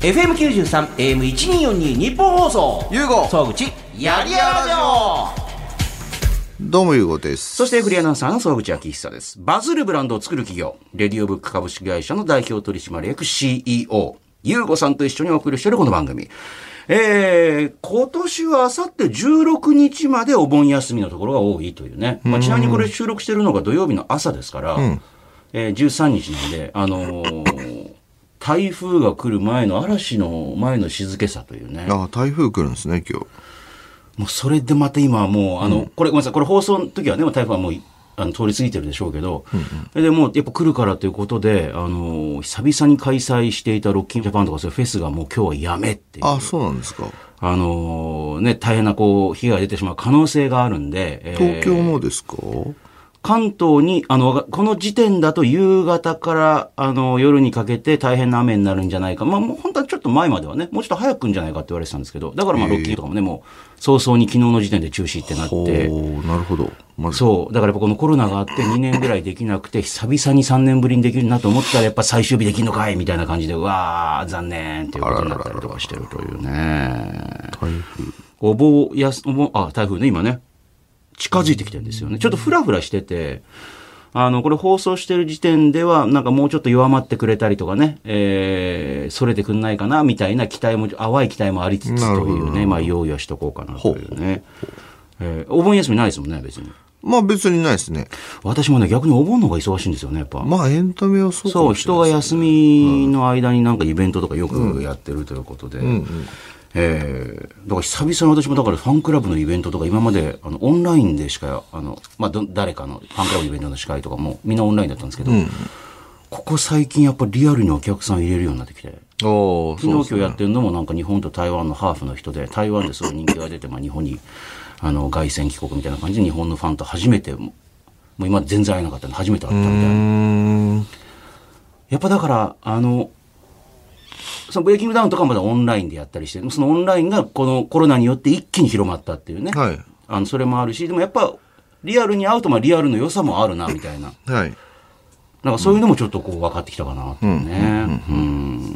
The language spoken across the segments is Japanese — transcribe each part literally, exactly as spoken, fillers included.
エフエムきゅうじゅうさん エーエムせんにひゃくよんじゅうに 日本放送ゆうご総口やりやらじょどうもゆうごです。 そしてフリーアナウンサーの総口昭久です。バズるブランドを作る企業レディオブック株式会社の代表取締役 シーイーオー ゆうごさんと一緒にお送りしているこの番組、えー、今年はあさってじゅうろくにちまでお盆休みのところが多いというね、まあ、ちなみにこれ収録しているのが土曜日の朝ですから、うんえー、じゅうさんにちなんであのー台風が来る前の嵐の前の静けさというね。 ああ、台風来るんですね、今日。 もうそれでまた今はもう、あの、うん、これごめんなさい、これ放送の時はね、台風はもうあの通り過ぎてるでしょうけど、うんうん、でもうやっぱ来るからということで、あの、久々に開催していたロッキンジャパンとかそういうフェスがもう今日はやめっていう。 ああ、そうなんですか。 あの、ね、大変なこう、被害が出てしまう可能性があるんで。 東京もですか？ えー関東に、あの、この時点だと夕方から、あの、夜にかけて大変な雨になるんじゃないか。まあ、もう本当はちょっと前まではね、もうちょっと早く来るんじゃないかって言われてたんですけど、だからまあ、ロッキーとかもね、もう、早々に昨日の時点で中止ってなって。 おなるほど。 まずそう。だからやっぱこのコロナがあってにねんぐらいできなくて、久々にさんねんぶりにできるなと思ったら、やっぱ最終日できんのかいみたいな感じで、うわー、残念っていうことになったりとかしてるというね。 台風。 お盆やす、お盆、あ、台風ね、今ね、近づいてきてるんですよね。ちょっとフラフラしてて、あの、これ放送してる時点では、なんかもうちょっと弱まってくれたりとかね、えー、それてくんないかな、みたいな期待も、淡い期待もありつつというね、まあ、用意はしとこうかなというね。えー、お盆休みないですもんね、別に。 まあ別にないですね。 私もね、逆にお盆の方が忙しいんですよね、やっぱ。 まあエンタメはそうかもしれないですね。 そう、人が休みの間になんかイベントとかよくやってるということで。うんうんうんえー、だから久々に私もだからファンクラブのイベントとか今まであのオンラインでしかあの、まあ、ど誰かのファンクラブのイベントの司会とかもみんなオンラインだったんですけど、うん、ここ最近やっぱりリアルにお客さん入れるようになってきてお昨日今日やってるのもなんか日本と台湾のハーフの人で台湾ですごい人気が出て、まあ、日本にあの凱旋帰国みたいな感じで日本のファンと初めてもう今全然会えなかったんで初めて会ったみたいなやっぱだからあのそのブレイキングダウンとかもまだオンラインでやったりして、そのオンラインがこのコロナによって一気に広まったっていうね。はい。あの、それもあるし、でもやっぱリアルに会うとまあリアルの良さもあるな、みたいな。はい。なんかそういうのもちょっとこう分かってきたかなっていうね。うん。うん、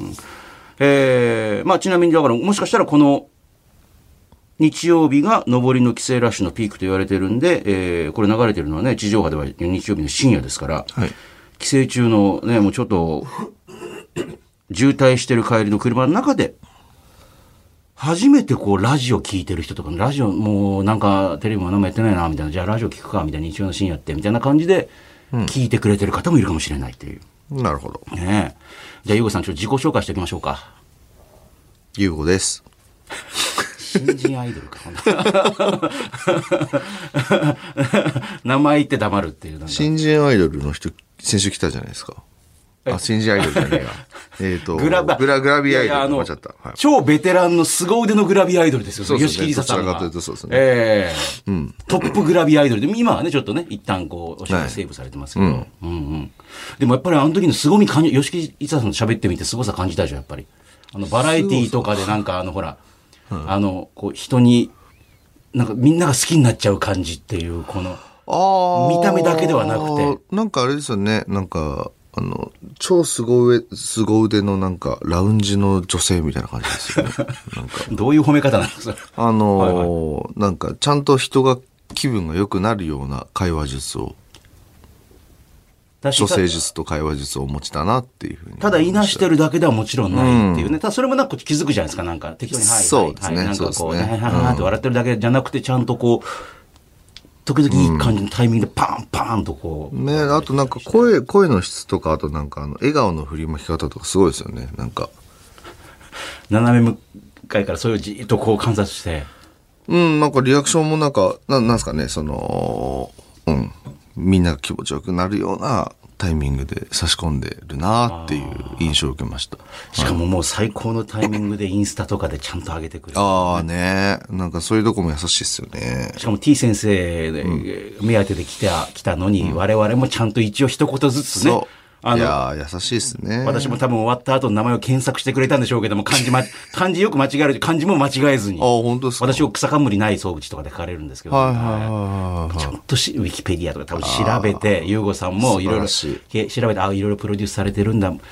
えー、まあちなみにだからもしかしたらこの日曜日が上りの帰省ラッシュのピークと言われてるんで、えー、これ流れてるのはね、地上波では日曜日の深夜ですから、はい。帰省中のね、もうちょっと、渋滞してる帰りの車の中で初めてこうラジオ聞いてる人とかラジオもうなんかテレビも何もやってないなみたいなじゃあラジオ聞くかみたいな日曜の深夜ってみたいな感じで聞いてくれてる方もいるかもしれないっていう、 うん、なるほどねえじゃあゆうごさんちょっと自己紹介しておきましょうか。 ゆうごです新人アイドルか名前言って黙るっていうなんか新人アイドルの人先週来たじゃないですか。あ、新人アイドルじゃねえや。えっと、グラ、グラ、グラビアアイドル。いやいやあの、はい、 超ベテランの凄腕のグラビアアイドルですよ。そうですね。吉木りささんが。そうですね。ええー、うん。トップグラビアアイドルで、今はね、ちょっとね、一旦こう、お仕事セーブされてますけど。はい、うん、うんうんでもやっぱりあの時の凄み感じ、吉木りささんと喋ってみて凄さ感じたでしょ、やっぱり。あの、バラエティーとかでなんかあの、ほら、うん、あの、こう、人に、なんかみんなが好きになっちゃう感じっていう、この、あ見た目だけではなくて。 なんかあれですよね、なんか、あの、超凄腕、凄腕のなんか、ラウンジの女性みたいな感じですよね。なんかどういう褒め方なんですか？ あのーはいはい、なんか、ちゃんと人が気分が良くなるような会話術を、女性術と会話術をお持ちだなっていうふうに。 ただ、いなしてるだけではもちろんないっていうね。うん、ただ、それもなんか気づくじゃないですか。なんか、適当に、はい、 そうですね。 はい、なんかこう、ね、はいはいはいって笑ってるだけじゃなくて、ちゃんとこう、時々いい感じのタイミングでパンパンとこう、 うん、ねあとなんか声声の質とかあとなんかあの笑顔の振りまき方とかすごいですよね。なんか斜め向かいからそれをじっとこう観察してうんなんかリアクションもなんかななんですかねそのうんみんなが気持ちよくなるようなタイミングで差し込んでるなっていう印象を受けました。 しかももう最高のタイミングでインスタとかでちゃんと上げてくる、ね、 ああねなんかそういうとこも優しいですよね。 しかも T 先生で、うん、目当てで来た来たのに、うん、我々もちゃんと一応一言ずつねそうあのいや優しいですね。 私も多分終わった後の名前を検索してくれたんでしょうけども漢字、ま、漢字よく間違える漢字も間違えずにあ本当ですか。 私を草冠ない総口とかで書かれるんですけど、 はいはいはいはい、 ちゃんとしウィキペディアとか多分調べてゆうごさんもいろいろ調べてあいろいろプロデュースされてるんだ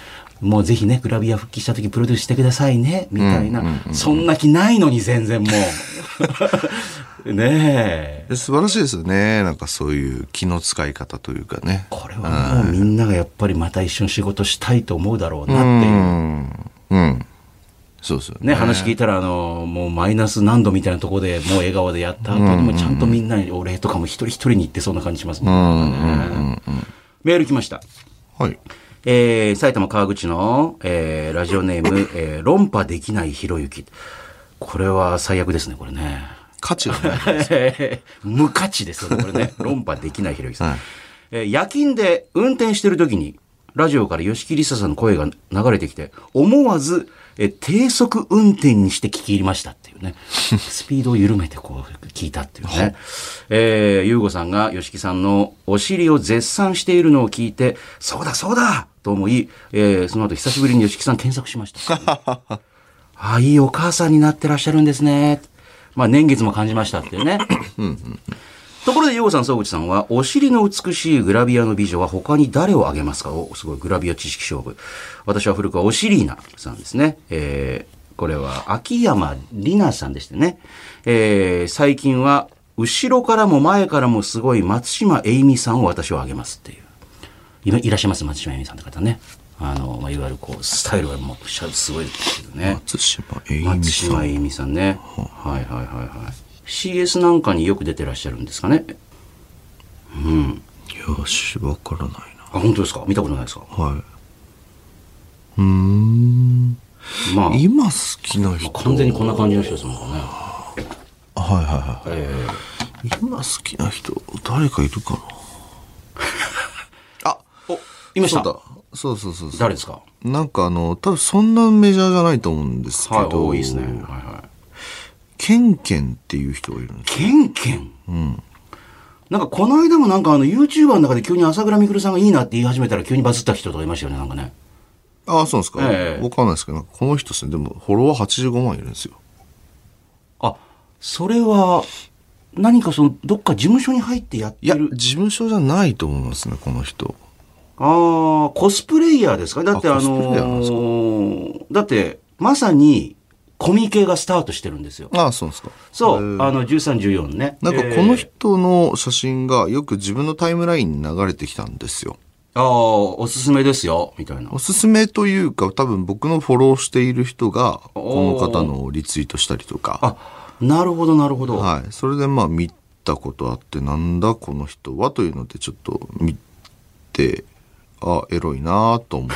もうぜひね、グラビア復帰した時プロデュースしてくださいね、みたいな。そんな気ないのに全然もう。ねえ。素晴らしいですよね。なんかそういう気の使い方というかね。 これはもうみんながやっぱりまた一緒に仕事したいと思うだろうなっていう。うん。 うん。そうですよね。 ね、話聞いたら、あの、もうマイナス何度みたいなところでもう笑顔でやった後でもちゃんとみんなにお礼とかも一人一人に言ってそうな感じしますもんね。メール来ました。 はい。 えー、埼玉川口の、えー、ラジオネーム、えー、論破できないひろゆき。これは最悪ですね、これね。 価値がない無価値ですよね、これね。論破できないひろゆきさん。はい、えー、夜勤で運転してる時に、ラジオから吉木りささんの声が流れてきて、思わず、えー、低速運転にして聞き入りましたっていうね。スピードを緩めてこう聞いたっていうね。えー、ゆうごさんが吉木さんのお尻を絶賛しているのを聞いて、そうだそうだと思い、えー、その後久しぶりに吉木さん検索しました。ああ、いいお母さんになってらっしゃるんですね。まあ年月も感じましたっていうね。うんうん、ところで、ゆうごさん、総口さんは、お尻の美しいグラビアの美女は他に誰を挙げますか？お、すごい、グラビア知識勝負。私は古くはおしりーなさんですね。えー、これは、秋山里奈さんでしてね。えー、最近は、後ろからも前からもすごい松島栄美さんを私は挙げますっていう。今いらっしゃいます、松島栄美さんって方ね。あの、まあ、いわゆるこう、スタイルがもう、すごいですけどね。 松島栄美さん。 松島栄美さんね。はいはいはいはい。シーエス なんかによく出てらっしゃるんですかね。うん。 よし、わからないな。 あ、本当ですか？見たことないですか？ はい。うーん。 まあ、 今好きな人、 まあ、完全にこんな感じの人ですもんね。 はいはいはい。 えー、今好きな人、誰かいるかなあ、 お、いました。 そうだ。そうそうそうそう。 誰ですか？ なんかあの、多分そんなメジャーじゃないと思うんですけど。 はい、いいですね。はいはい。 ケンケンっていう人がいるんです。 ケンケン？ うん。 なんかこの間もなんかあの YouTuber の中で急に朝倉未来さんがいいなって言い始めたら急にバズった人とかいましたよね、なんかね。 ああ、そうですか。 ええ、 わかんないですけど、この人ですね、でもフォロワーはちじゅうごまんいるんですよ。 あ、それは、何かその、どっか事務所に入ってやってる？ いや、事務所じゃないと思いますね、この人。 ああ、コスプレイヤーですか？だってあ、あのー、だって、まさに、コミケがスタートしてるんですよ。 ああ、そうですか。 そう、あの、じゅうさん、じゅうよんね。 なんかこの人の写真がよく自分のタイムラインに流れてきたんですよ。 ああ、おすすめですよ、みたいな。 おすすめというか、多分僕のフォローしている人が、この方のリツイートしたりとか。 あ、なるほど、なるほど。 はい。それでまあ見たことあって、なんだこの人はというのでちょっと見て、あ、エロいなと思った。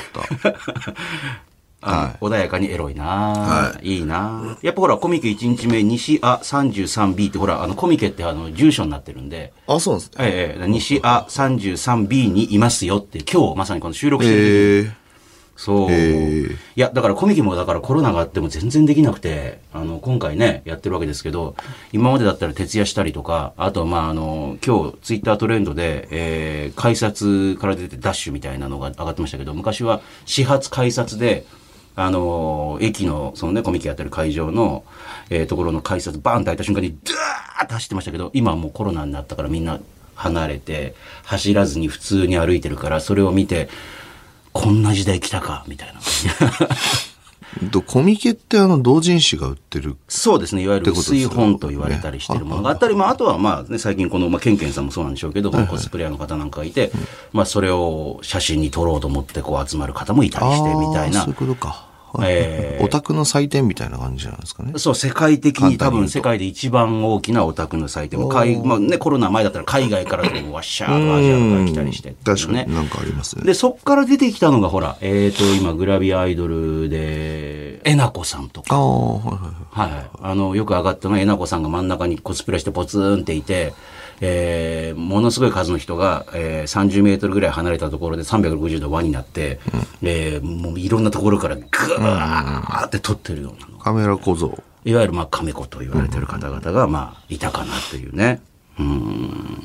はい、穏やかにエロいな、 はい、 いいな。やっぱほら、コミケいちにちめ、西あ さんじゅうさんビー ってほら、あの、コミケってあの、住所になってるんで。 あ、そうなんですね。 ええ、西あ さんじゅうさんビー にいますよって、今日まさにこの収録してる時に。えー、そう。いや、だからコミケもだからコロナがあっても全然できなくて、あの、今回ね、やってるわけですけど、今までだったら徹夜したりとか、あと、まあ、あの、今日ツイッタートレンドで、えー、改札から出てダッシュみたいなのが上がってましたけど、昔は始発改札で、あのー、駅の、そのね、コミケやってる会場の、えー、ところの改札バーンと開いた瞬間に、ドゥーッと走ってましたけど、今はもうコロナになったからみんな離れて、走らずに普通に歩いてるから、それを見て、こんな時代来たか、みたいな。 コミケってあの、同人誌が売ってる。 そうですね。いわゆる薄い本と言われたりしてるものがあったり、まあ、あとはまあね、最近この、まあ、ケンケンさんもそうなんでしょうけど、このコスプレイヤーの方なんかがいて、まあ、それを写真に撮ろうと思ってこう集まる方もいたりして、みたいな。 そういうことか。えー、オタクの祭典みたいな感じなんですかね。 そう、世界的に多分世界で一番大きなオタクの祭典も、海まあね、コロナ前だったら海外からでもわっしゃーとアジアから来たりして、ね。 確かになんかありますね。 で、そっから出てきたのがほら、えっと、今グラビアアイドルで、えなこさんとか。 ああ、はいはいはい。はい。あの、よく上がったのはえなこさんが真ん中にコスプレしてポツンっていて、えー、ものすごい数の人が、えー、さんじゅうメートルぐらい離れたところでさんびゃくろくじゅうど輪になって、うん、えー、もういろんなところからガーって撮ってるようなの。 カメラ小僧。 いわゆるまあカメ子と言われてる方々がまあいたかなというね。うん。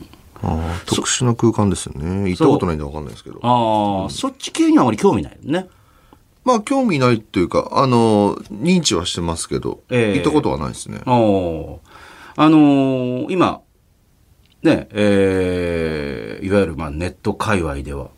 ああ、特殊な空間ですよね。行ったことないんでわかんないですけど。 ああ、うん、そっち系にはあまり興味ないよね。 まあ興味ないっていうか、あの、認知はしてますけど、えー、行ったことはないですね。 ああ、あのー、今、ね、えー、いわゆるまあネット界隈では、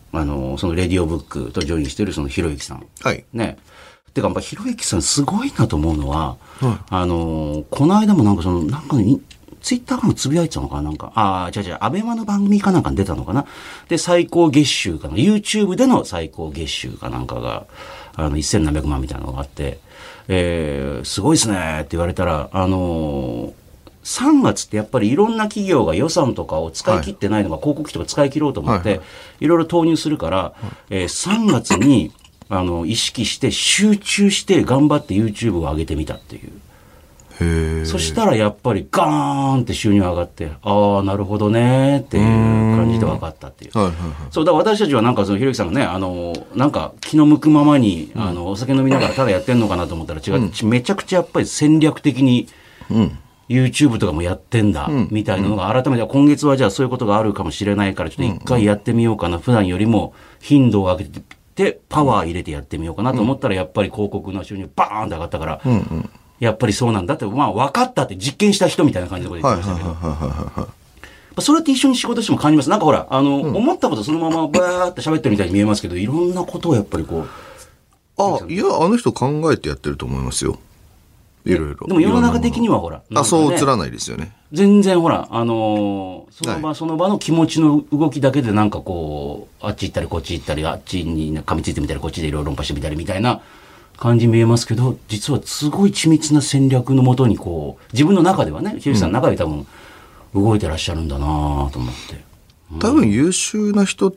あの、そのレディオブックとジョインしてるそのひろゆきさん。 はい。 ね。てか、やっぱひろゆきさんすごいなと思うのは、 はいあの、この間もなんかその、なんかに、ツイッターかもつぶやいてたのかななんか、ああ、違う違う、アベマの番組かなんかに出たのかなで、最高月収かな YouTube での最高月収かなんかが、あの、せんなんびゃくまんみたいなのがあって、えー、すごいですねって言われたら、あのー、さんがつってやっぱりいろんな企業が予算とかを使い切ってないのが、広告費とか使い切ろうと思って、はいはい、いろいろ投入するから、はいえー、さんがつに、あの、意識して集中して頑張って YouTube を上げてみたっていう。 へそしたらやっぱりガーンって収入上がって、ああ、なるほどねっていう感じで分かったっていう。はいはいはい、そう、だから私たちはなんかそのひろゆきさんがね、あの、なんか気の向くままに、うん、あの、お酒飲みながらただやってんのかなと思ったら違う、うん、めちゃくちゃやっぱり戦略的に、うん、YouTube とかもやってんだ、うん、みたいなのが改めて、今月はじゃあそういうことがあるかもしれないからちょっと一回やってみようかな、普段よりも頻度を上げて、で、パワー入れてやってみようかなと思ったらやっぱり広告の収入バーンって上がったから、うんうんやっぱりそうなんだって、まあ分かったって実験した人みたいな感じのこと言ってましたけど。それって一緒に仕事しても感じます。なんかほら、あの、うん、思ったことそのままバーって喋ってるみたいに見えますけど、いろんなことをやっぱりこう。 あ、いや、あの人考えてやってると思いますよ。いろいろ。 でも世の中的にはほら。 ね、あ、そう映らないですよね。 全然ほら、あのー、その場、はい、その場の気持ちの動きだけでなんかこう、あっち行ったりこっち行ったり、あっちに噛みついてみたり、こっちでいろいろ論破してみたりみたいな。感じ見えますけど、実はすごい緻密な戦略のもとにこう、自分の中ではね、ひろゆきさんの中で多分動いてらっしゃるんだなと思って。 うん、多分優秀な人って、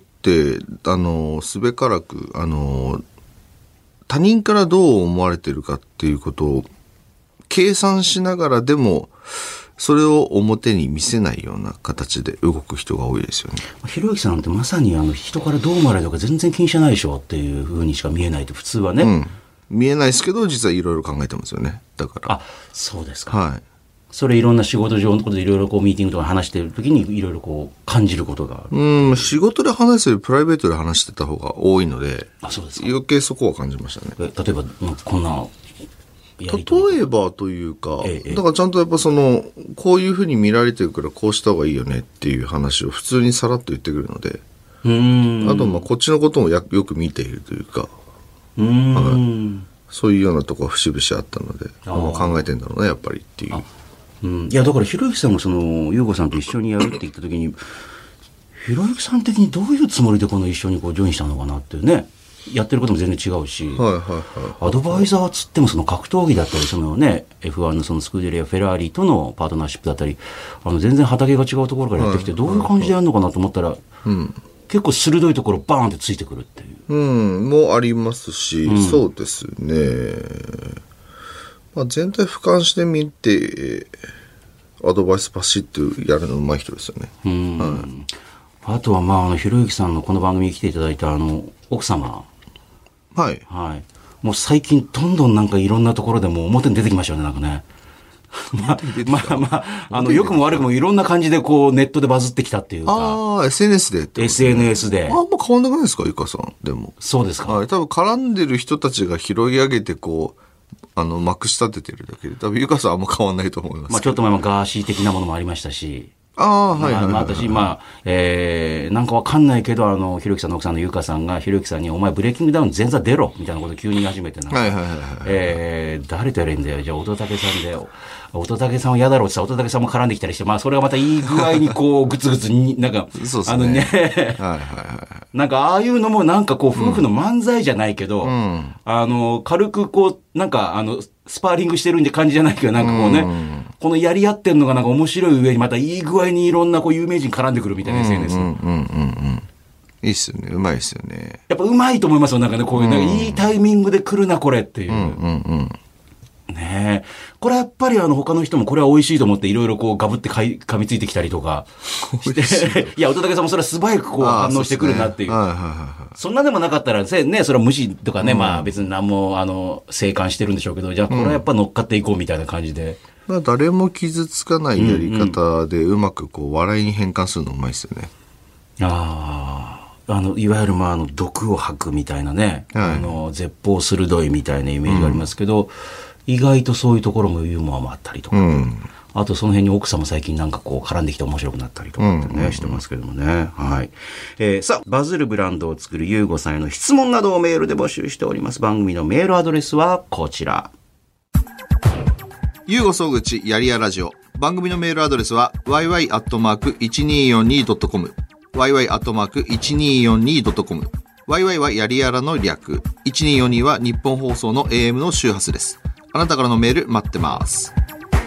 あの、すべからく、あの、他人からどう思われてるかっていうことを計算しながらでも、それを表に見せないような形で動く人が多いですよね。 ひろゆきさんってまさにあの人からどう思われるのか全然気にしないでしょっていうふうにしか見えないと普通はね。うん見えないですけど実はいろいろ考えてますよね。だからあそうですか、 はい、 それいろんな仕事上のことでいろいろこうミーティングとか話してる時にいろいろこう感じることがある。 うん仕事で話すよりプライベートで話してた方が多いのであそうですか余計そこは感じましたね。 例えばこんな例えばというか、ええ、だからちゃんとやっぱそのこういうふうに見られてるからこうした方がいいよねっていう話を普通にさらっと言ってくるのでうーんあとまあこっちのこともやよく見ているというかうーん、はい、そういうようなところは節々あったのでああ考えてんだろうねやっぱりっていう、 うん、いやだからひろゆきさんもその優子さんと一緒にやるって言った時にひろゆきさん的にどういうつもりでこの一緒にこうジョインしたのかなっていうねやってることも全然違うし、はいはいはい、アドバイザーつってもその格闘技だったりそのね エフワン のそのスクーデリアフェラーリとのパートナーシップだったりあの全然畑が違うところからやってきてどういう感じでやるのかなと思ったら、うん、結構鋭いところバーンってついてくるっていう、 うん、もありますし、うん、そうですね、まあ、全体俯瞰してみてアドバイスパシッとやるの上手い人ですよね。うん、 はい、あとはまああのひろゆきさんのこの番組に来ていただいたあの奥様はい、 はい、もう最近どんどんなんかいろんなところでもう表に出てきましたよねなんかねまあまあまああの良くも悪くもいろんな感じでこうネットでバズってきたっていうかああ エスエヌエス でって、 ね、エスエヌエス であんま変わんなくないですかゆかさんでもそうですか、 はい、多分絡んでる人たちが拾い上げてこうあのまくし立ててるだけで多分ゆかさんあんま変わんないと思います。 まあちょっと前もガーシー的なものもありましたしああ、はいはいはい、はい。 私、まあ、えー、なんかわかんないけど、あの、ひろゆきさんの奥さんのゆかさんが、ひろゆきさんに、お前ブレイキングダウン前座出ろみたいなことを急に言い始めてな。はいはいはい、はい。えー、誰とやれんだよ。じゃあ、乙武さんで、乙武さんは嫌だろうって言ったら、乙武さんも絡んできたりして、まあ、それがまたいい具合に、こう、ぐつぐつに、なんか、 そうですね。 あのね、 はいはいはい。 なんか、ああいうのも、なんかこう、夫婦の漫才じゃないけど、うん、あの、軽くこう、なんか、あの、スパーリングしてるんで感じじゃないけど、なんかこうね、うん、このやり合ってんのがなんか面白い上にまたいい具合にいろんなこう有名人絡んでくるみたいな エスエヌエス。うんうんうんうん。 いいっすよね。うまいっすよね。 やっぱうまいと思いますよ。なんかね、こういう、なんかいいタイミングで来るな、これっていう。うんうんうん、ねえ。これやっぱりあの他の人もこれは美味しいと思っていろいろこうガブってかい噛みついてきたりとかして、いや、乙武さんもそれは素早くこう反応してくるなっていう。そんなでもなかったらね、それは無視とかね、うん、まあ別に何もあの、静観してるんでしょうけど、じゃあこれはやっぱ乗っかっていこうみたいな感じで。 まあ誰も傷つかないやり方でうまくこう笑いに変換するのうまいですよね。 ああ。あの、いわゆるまああの、毒を吐くみたいなね、はい、あの、絶望鋭いみたいなイメージがありますけど、うん意外とそういうところもユーモアもあったりとか、うん、 あとその辺に奥さんも最近なんかこう絡んできて面白くなったりとかってね、うんうんうん、してますけどもね。はい。えー、さあ、バズるブランドを作るゆうごさんへの質問などをメールで募集しております。番組のメールアドレスはこちら。 ゆうご総口やりやラジオ。番組のメールアドレスは ワイワイアットマークいちにーよんにードットコム ワイワイアットマークいちにーよんにードットコム ワイワイ はやりやらの略。いちにーよんにーは日本放送の エーエム の周波数です。あなたからのメール待ってます。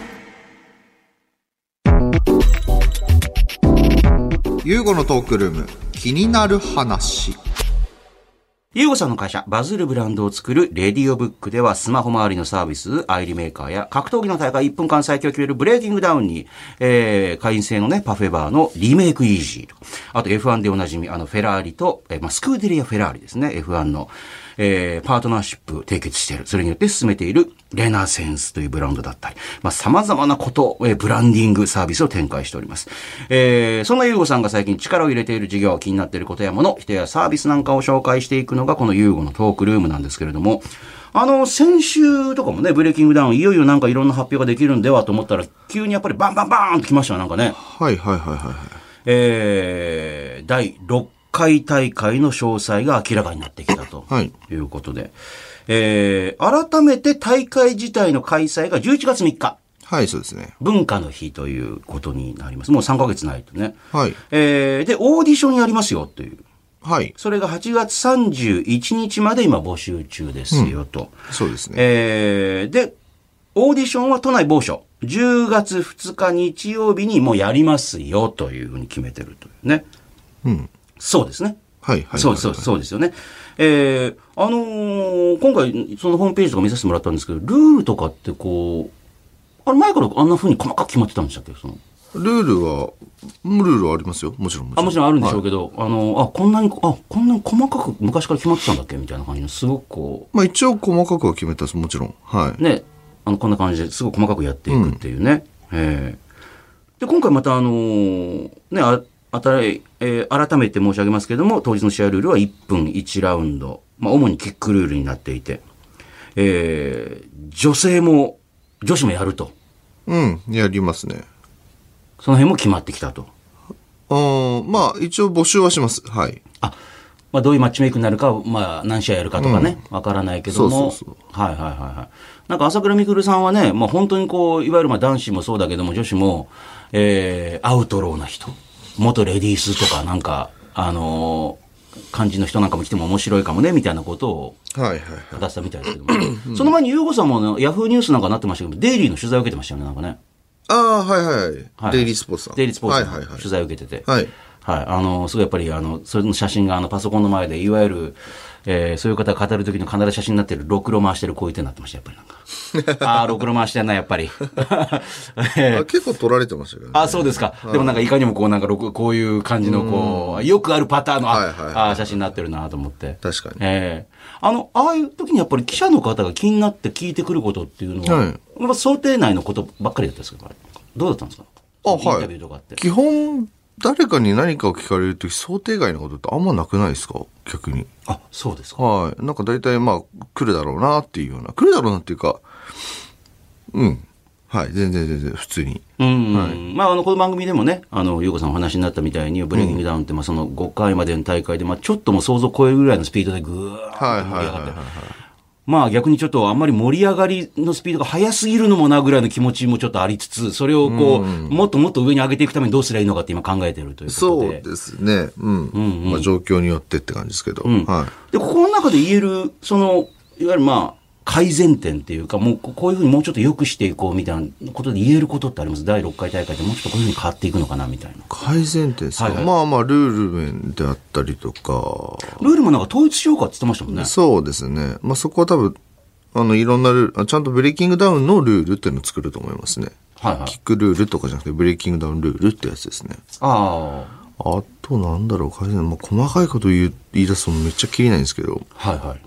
ゆうごのトークルーム、気になる話。 ゆうごさんの会社、バズるブランドを作るレディオブックでは、スマホ周りのサービス、アイリメーカーや格闘技の大会いっぷんかん最強を決めるブレイキングダウンに、えー、会員制のね、パフェバーのリメイクイージーと。あと エフワン でおなじみ、あの、フェラーリと、えー、まあ、スクーデリア・フェラーリですね、エフワン の。えー、パートナーシップ締結している。それによって進めているレナセンスというブランドだったり、まあ、様々なこと、えー、ブランディングサービスを展開しております。えー、そんなゆうごさんが最近力を入れている事業、気になっていることやもの、人やサービスなんかを紹介していくのがこのゆうごのトークルームなんですけれども、あの、先週とかもね、ブレイキングダウン、いよいよなんかいろんな発表ができるんではと思ったら、急にやっぱりバンバンバーンと来ましたよ、なんかね。 はいはいはいはい。 えー、だいろっかい大会の詳細が明らかになってきたということで、はい、えー、改めて大会自体の開催がじゅういちがつみっか。 はい、そうですね。 文化の日ということになります。もうさんかげつないとね。 はい。 えー、で、オーディションやりますよという。 はい。 それがはちがつさんじゅういちにちまで今募集中ですよと。 うん、そうですね。 えー、で、オーディションは都内某所。じゅうがつふつか日曜日にもうやりますよというふうに決めてるというね。 うん。 そうですね。 はいはい。 そうそうそうですよね。えー、あのー、今回そのホームページとか見させてもらったんですけど、ルールとかってこう、あれ前からあんな風に細かく決まってたんでしたっけ？そのルールは、ルールはありますよ。もちろんもちろん。 あ、もちろんあるんでしょうけど、はい、あの、あ、こんなに、あ、こんなに細かく昔から決まってたんだっけみたいな感じの、すごくこう。まあ一応細かくは決めたです、もちろん。はい。 ね、あの、こんな感じですごく細かくやっていくっていうね。うん、えー、で、今回またあのー、ね、あ、あたえー、改めて申し上げますけれども、当日の試合ルールはいっぷんいちラウンド。まあ主にキックルールになっていて、えー、女性も、女子もやると。 うん、やりますね。 その辺も決まってきたと。 あまあ、一応募集はします。はい。 あ、まあ、どういうマッチメイクになるか、まあ、何試合やるかとかね、わ、うん、からないけども。 そうそうそう。 はいはいはいはい。なんか、朝倉未来さんはね、まあ、本当にこう、いわゆるまあ、男子もそうだけども、女子も、えー、アウトローな人。元レディースとか、なんか、あのー、感じの人なんかも来ても面白いかもね、みたいなことを、 はいはいはい。 出したみたいですけども。うん、その前に、ゆうごさんも、ね、ヤフーニュースなんかなってましたけど、デイリーの取材を受けてましたよね、なんかね。 ああ、はいはい。はい、デイリースポーツさん。 デイリースポーツさんの取材を受けてて。 はい。 はい。あの、すごいやっぱり、あの、それの写真が、あの、パソコンの前で、いわゆる、えー、そういう方が語るときの必ず写真になってる、ろくろ回してるこういう手になってました、やっぱりなんか。ああ、ろくろ回してんな、やっぱり。 えー、結構撮られてましたけどね。 あ、そうですか。でもなんか、いかにもこう、なんか、こういう感じの、こう、よくあるパターンの、 はいはいはい、 あ写真になってるなと思って。 確かに。 ええー、あの、ああいう時にやっぱり記者の方が気になって聞いてくることっていうのは、はい、まあ、想定内のことばっかりだったんですか、どうだったんですか？ あ、はい。インタビューとかって。基本、誰かに何かを聞かれるとき、想定外のことってあんまなくないですか？逆に。 あ、そうですか。 はい。なんか大体まあ、来るだろうなっていうような。来るだろうなっていうか、うん。はい。全然全然普通に。 うん、はい。まあ、あの、この番組でもね、あの、ゆうこさんお話になったみたいに、ブレイキングダウンって、まあ、そのごかいまでの大会で、まあ、ちょっともう想像を超えるぐらいのスピードでぐーっと盛り上がって。まあ逆にちょっとあんまり盛り上がりのスピードが速すぎるのもなぐらいの気持ちもちょっとありつつ、それをこう、もっともっと上に上げていくためにどうすればいいのかって今考えてるということで。 そうですね。うん。うんうん、まあ状況によってって感じですけど。うん、はい。 で、ここの中で言える、その、いわゆるまあ、改善点っていうか、もうこういうふうにもうちょっと良くしていこうみたいなことで言えることってあります？だいろっかい大会でもうちょっとこういうふうに変わっていくのかなみたいな。 改善点ですか、はいはい、まあまあルール面であったりとか。 ルールもなんか統一しようかって言ってましたもんね。 そうですね。まあそこは多分、あの、いろんなルール、ちゃんとブレイキングダウンのルールっていうのを作ると思いますね。 はいはい。 キックルールとかじゃなくて、ブレイキングダウンルールってやつですね。 ああ。あと、なんだろう、改善、まあ、細かいこと言い言い出すとめっちゃきりないんですけど。 はいはい。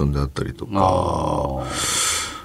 うん。場内のオペレーションであったりとか。あ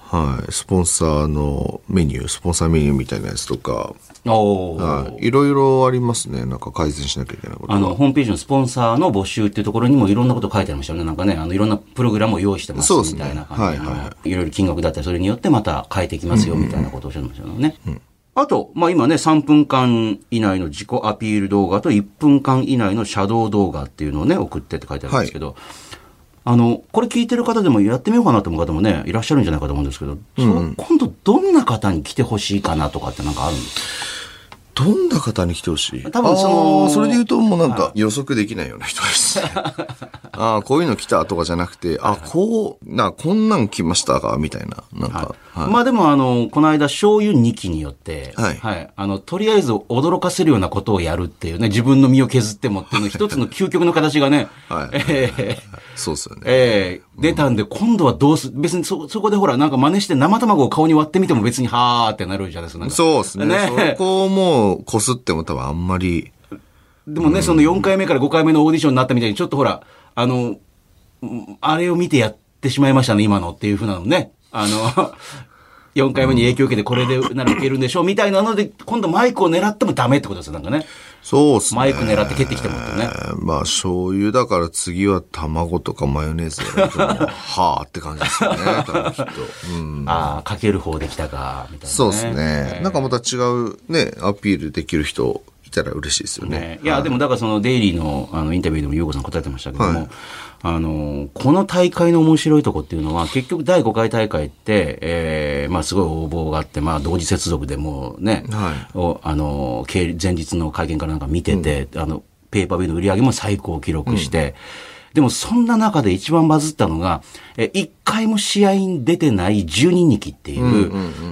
はい、スポンサーのメニュー、スポンサーメニューみたいなやつとか、 おはい、いろいろありますね。なんか改善しなきゃいけないことあの、ホームページのスポンサーの募集っていうところにもいろんなこと書いてありましたよね。なんかね、あの、いろんなプログラムを用意してますみたいな感じで、ね、はいはいはい、いろいろ金額だったり、それによってまた変えていきますよみたいなことをおっしゃってましたよね。うんうんうん、あと、まあ今ね、さんぷんかん以内の自己アピール動画といっぷんかん以内のシャドウ動画っていうのをね、送ってって書いてあるんですけど、はい、あの、これ聞いてる方でもやってみようかなと思う方もね、いらっしゃるんじゃないかと思うんですけど、うん、今度どんな方に来てほしいかなとかってなんかあるんですか？ どんな方に来てほしい？ 多分その、 それで言うともうなんか予測できないような人です。ああ、こういうの来たとかじゃなくて、あ、こう、な、こんなん来ましたかみたいな。なんか。 はいはい、まあでもあの、この間、醤油にきによって、はい。はい。あの、とりあえず驚かせるようなことをやるっていうね、自分の身を削ってもっていうの一つの究極の形がね、はい。ええー、 そうですよね。 ええー、出たんで、今度はどうす、別にそ、そこでほら、なんか真似して生卵を顔に割ってみても別にはーってなるじゃないですか。 そうですね。ね、そこをもう、こすっても多分あんまり。 でもね、うん、そのよんかいめからごかいめのオーディションになったみたいに、ちょっとほら、あの、あれを見てやってしまいましたね、今のっていうふうなのね。あの、よんかいめに影響を受けてこれでなら受けるんでしょうみたいなので、今度マイクを狙ってもダメってことですよ、なんかね。 そうっすね。 マイク狙って蹴ってきてもってね。 まあ、醤油だから次は卵とかマヨネーズやるとも、はぁって感じですよね、多分きっと。うん、 ああ、かける方できたか、みたいな、ね。 そうですね、えー。なんかまた違うね、アピールできる人、いたら嬉しいですよね。 ねいや、はい、でもだからそのデイリーのあのインタビューでも優子さん答えてましたけども、はい、あの、この大会の面白いとこっていうのは、結局だいごかい大会って、えー、まあすごい応募があって、まあ同時接続でもうね、はい、おあの、前日の会見からなんか見てて、うん、あの、ペーパービューの売り上げも最高を記録して、うんでもそんな中で一番バズったのが、え、一回も試合に出てないじゅうににきっていう、うんうんうん、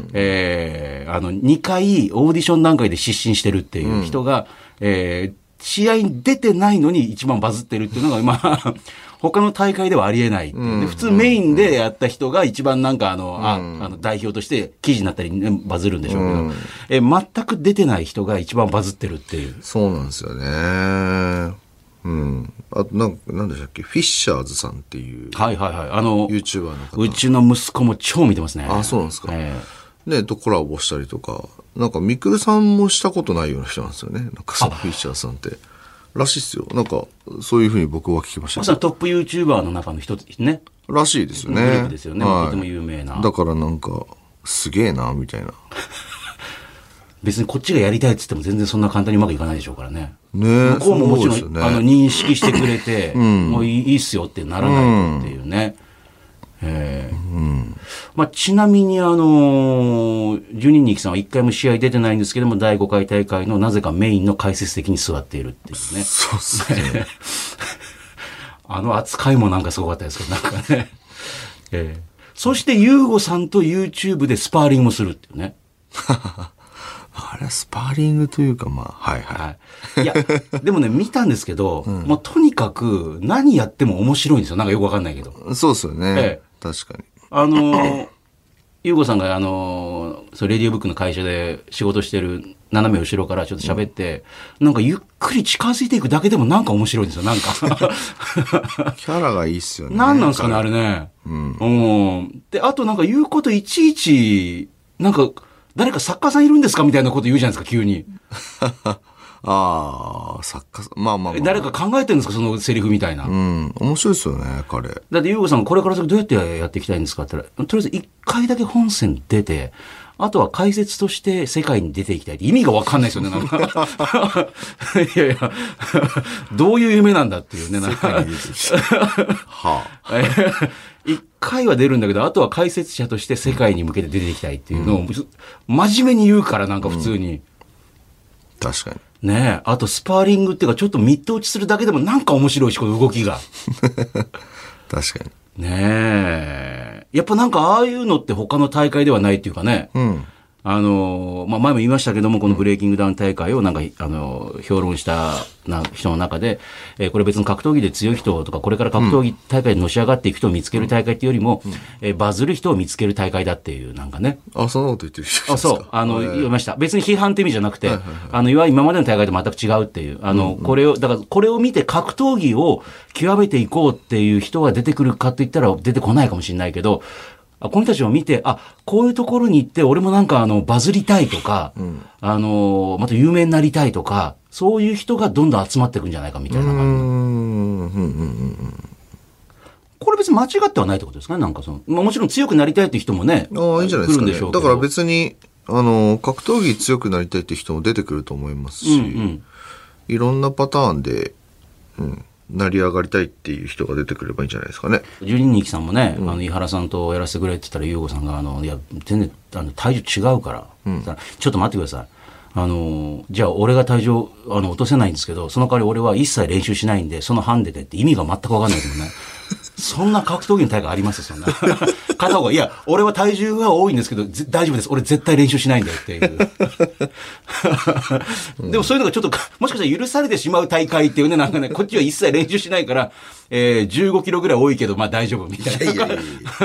えー、あの、にかいオーディション段階で失神してるっていう人が、うん、えー、試合に出てないのに一番バズってるっていうのが、まあ、他の大会ではありえないっていう、うんで。普通メインでやった人が一番なんかあの、うん、あ、あの代表として記事になったり、ね、バズるんでしょうけど、うん、え、全く出てない人が一番バズってるっていう。 そうなんですよね。うん。あと、なんか、なんでしたっけ、フィッシャーズさんっていう。 はいはいはい。あの、 YouTuber の方。 うちの息子も超見てますね。 あ、そうなんですか。えー、ね、とコラボしたりとか。なんか、ミクルさんもしたことないような人なんですよね。なんか、そのフィッシャーズさんって。らしいっすよ。なんか、そういうふうに僕は聞きました。 まさにトップ YouTuber の中の一つですね。 らしいですよね。 グループですよね。はい、とても有名な。 だからなんか、すげえな、みたいな。 別にこっちがやりたいって言っても全然そんな簡単にうまくいかないでしょうからね。 ね向こうももちろん、ね、あの認識してくれて、うん、もういいっすよってならないとっていうね。うんえーうんまあ、ちなみにあのじゅうににきさんはいっかいも試合出てないんですけどもだいごかい大会のなぜかメインの解説席に座っているっていうね。 そうっすね。 あの扱いもなんかすごかったですけどなんかね。えー、そしてユーゴさんと YouTube でスパーリングもするっていうね。 あれはスパーリングというか、まあ、はいはい。 はい、いや、でもね、見たんですけど、うん、もうとにかく何やっても面白いんですよ。なんかよくわかんないけど。 そうですよね。ええ、確かに。 あの、ゆうごさんがあの、そうレディオブックの会社で仕事してる斜め後ろからちょっと喋って、うん、なんかゆっくり近づいていくだけでもなんか面白いんですよ、なんか。キャラがいいっすよね。 何なんですかね、あれね。うん。うん。で、あとなんか言うこといちいち、なんか、誰か作家さんいるんですかみたいなこと言うじゃないですか、急に。 ああ、作家さん。まあまあまあ。 誰か考えてるんですか、そのセリフみたいな。 うん。面白いですよね、彼。 だって、ゆうごさんこれから先どうやってやっていきたいんですかって言ったら、とりあえず一回だけ本線出て、あとは解説として世界に出ていきたいって意味がわかんないですよね、なんか。いやいや、どういう夢なんだっていうね、なんか。世界に出てきた。はあ。一回は出るんだけど、あとは解説者として世界に向けて出ていきたいっていうのを、うん、真面目に言うからなんか普通に。うん、 確かに。 ねえ。あとスパーリングっていうかちょっとミット打ちするだけでもなんか面白いし、この動きが。 確かに。 ねえ。やっぱなんかああいうのって他の大会ではないっていうかね。うん。あの、まあ、前も言いましたけども、このブレイキングダウン大会をなんか、あの、評論したな人の中で、えー、これ別に格闘技で強い人とか、これから格闘技大会でのし上がっていく人を見つける大会っていうよりも、うん、えー、バズる人を見つける大会だっていう、なんかね。 あ、そんなこと言ってる人ですか？ あ、そう。あの、言いました。別に批判って意味じゃなくて、はいはいはい、あの、いわゆる今までの大会と全く違うっていう、あの、うんうん、これを、だからこれを見て格闘技を極めていこうっていう人が出てくるかといったら出てこないかもしれないけど、 あ、この人たちを見て、あ、こういうところに行って、俺もなんかあの、バズりたいとか、うん、あの、また有名になりたいとか、そういう人がどんどん集まっていくんじゃないかみたいな感じ。うんうんうんうん、これ別に間違ってはないってことですかね、なんかその、まあ、もちろん強くなりたいっていう人もね、 ああ、いいんじゃないですかね。だから別に、あの、格闘技強くなりたいっていう人も出てくると思いますし、うんうん、いろんなパターンで、うん。成り上がりたいっていう人が出てくればいいんじゃないですかね。 じゅうににきさんもね、うん、あの、井原さんとやらせてくれって言ったら、優吾さんが、あの、いや、全然、あの、体重違うから、うん、ちょっと待ってください。あの、じゃあ、俺が体重、あの、落とせないんですけど、その代わり俺は一切練習しないんで、そのハンデでって意味が全くわかんないですもんね。そんな格闘技の大会ありますそんな。片方が、いや、俺は体重が多いんですけど、大丈夫です。俺絶対練習しないんだよっていう。でもそういうのがちょっと、もしかしたら許されてしまう大会っていうね、なんかね、こっちは一切練習しないから、えー、じゅうごキロぐらい多いけど、まあ大丈夫みたいな。いやいやいや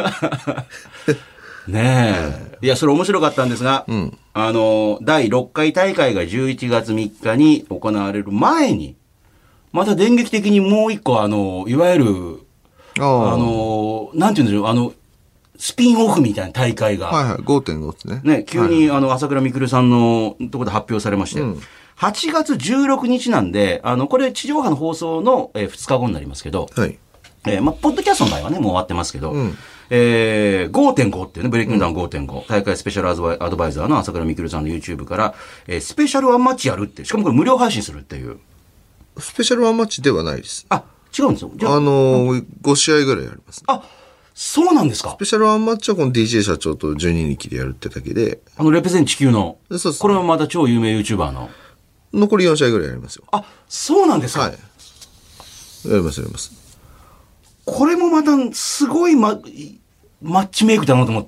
ねえ。いや、それ面白かったんですが、うん、あの、だいろっかい大会がじゅういちがつみっかに行われる前に、また電撃的にもう一個、あの、いわゆる、あ, あの、なんて言うんでしょう、あの、スピンオフみたいな大会が。 はいはい、ごてんご ですね。 ね、急に、はいはい、あの、朝倉未来さんのところで発表されまして、うん、はちがつじゅうろくにちなんで、あの、これ地上波の放送の、えー、ふつかごになりますけど、はい。えー、まあ、ポッドキャストの場合はね、もう終わってますけど、うん、えー、ごてんご っていうね、ブレイキングダウン ごてんご、うん、大会スペシャルアドバイザーの朝倉未来さんの YouTube から、えー、スペシャルワンマッチやるって、しかもこれ無料配信するっていう。 スペシャルワンマッチではないです。 あ、違うんですよ。 あのー、ごしあいぐらいやります、ね。 あ、そうなんですか。 スペシャルワンマッチはこの ディージェー 社長とじゅうににきでやるってだけで。 あの、レペゼン地球の。 そうです、ね。 これはまた超有名 YouTuber の。 残りよんしあいぐらいやりますよ。 あ、そうなんですか。 はい。やります、やります。 これもまた、すごいま、マッチメイクだなと思って。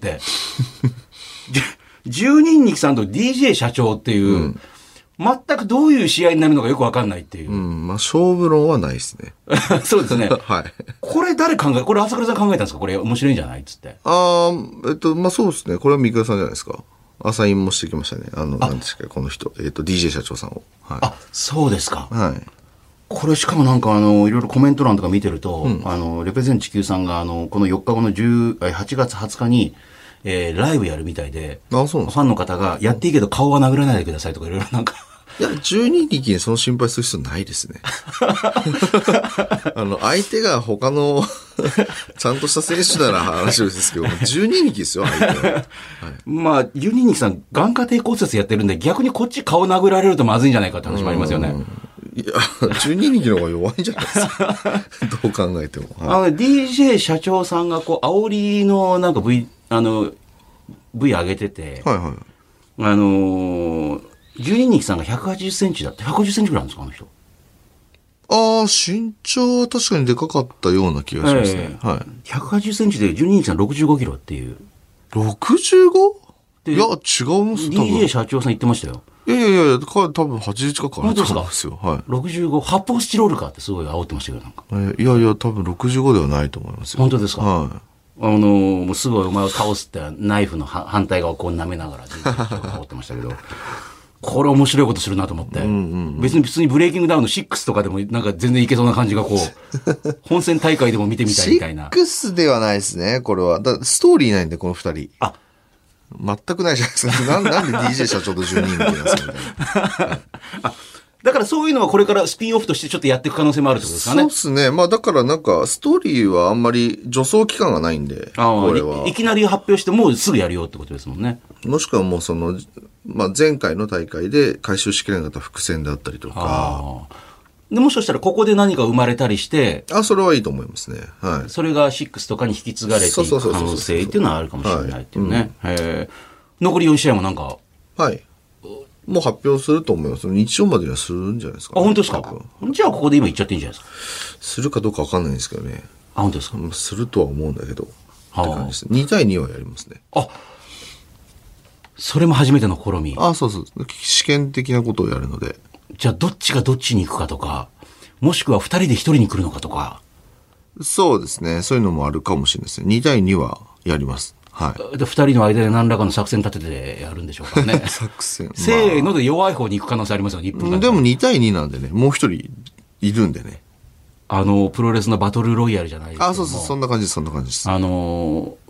じゅうににきさんと ディージェー 社長っていう、うん、全くどういう試合になるのかよくわかんないっていう。 うん、まあ、勝負論はないですね。 そうですね。 はい。 これ誰考え、これ朝倉さん考えたんですか？これ面白いんじゃないっつって。 ああ、えっと、まあ、そうですね。これは三倉さんじゃないですか。アサインもしてきましたね。あの、なんですか、この人。えっと、ディージェー 社長さんを。はい。 あ、そうですか。 はい。 これしかもなんかあの、いろいろコメント欄とか見てると、うん、あの、レペゼン地球さんがあの、このよっかごのはちがつはつかに、えー、ライブやるみたいで、 あ、そうなんですか。 ファンの方が、やっていいけど顔は殴らないでくださいとかいろいろなんか。 いや、じゅうににきにその心配する必要ないですね。あの、相手が他の、ちゃんとした選手なら話ですけど、じゅうににきですよ、相手は。はい、 まあ、じゅうににきさん、眼下底骨折やってるんで、逆にこっち顔殴られるとまずいんじゃないかって話もありますよね。 いや、じゅうににきの方が弱いんじゃないですか。どう考えても。 はい、あの、ディージェー 社長さんが、こう、煽りの、なんか V、あの、V 上げてて、 はいはい。 あのー、じゅうににきさんがひゃくはちじゅっセンチだって、ひゃくごじゅっセンチぐらいなんですか、あの人。 ああ、身長は確かにでかかったような気がしますね。えー、はい。 ひゃくはちじゅっセンチでじゅうににきさんろくじゅうごキロっていう。 ろくじゅうご? いや、違うんです、多分。 ディージェー 社長さん言ってましたよ。 いやいやいや、多分はちじゅう近くあるんですよ。はい。 ろくじゅうご、発泡スチロールかってすごい煽ってましたけど、なんか。 えー、いやいや、多分ろくじゅうごではないと思いますよ。 本当ですか？ はい。 あのー、もうすごいお前を倒すってナイフの反対側をこう舐めながら、煽ってましたけど。これ面白いことするなと思って。うんうんうん、別に普通にブレイキングダウンのろくとかでもなんか全然いけそうな感じがこう、本戦大会でも見てみたいみたいな。 ろくではないですね、これは。だストーリーないんで、この二人。 あ、 全くないじゃないですか。な, なんで ディージェー 社長とじゅうににきなんですかみたいな。 あ、だからそういうのはこれからスピンオフとしてちょっとやっていく可能性もあるってことですかね。 そうですね。まあだからなんかストーリーはあんまり助走期間がないんで、 あこれは い, いきなり発表してもうすぐやるよってことですもんね。 もしくはもうその、まあ前回の大会で回収しきれなかった伏線であったりとか。 あでもしかしたらここで何か生まれたりして、 あ、それはいいと思いますね。はい。 それがろくとかに引き継がれていく可能性っていうのはあるかもしれないっていうね。はい、へ残りよんしあいもなんか。 はい。もう発表すると思います。日曜までにはするんじゃないですか、ね。 あ、本当ですか。じゃあここで今言っちゃっていいんじゃないですか。 するかどうかわかんないんですけどね。 あ、本当ですか。 するとは思うんだけど。はあ、って感じです。にたいにはやりますね。 あ、それも初めての試み。 あ、そうそう。試験的なことをやるので。 じゃあどっちがどっちに行くかとか、もしくは二人で一人に来るのかとか。 そうですね。そういうのもあるかもしれないですね。にたいにはやります。はい。 で、二人の間で何らかの作戦立ててやるんでしょうかね。 作戦。 せーので弱い方に行く可能性ありますよ、日本でもにたいになんでね、もう一人いるんでね。 あの、プロレスのバトルロイヤルじゃないですか。 あ、そうそう、そんな感じです、そんな感じです。 あの、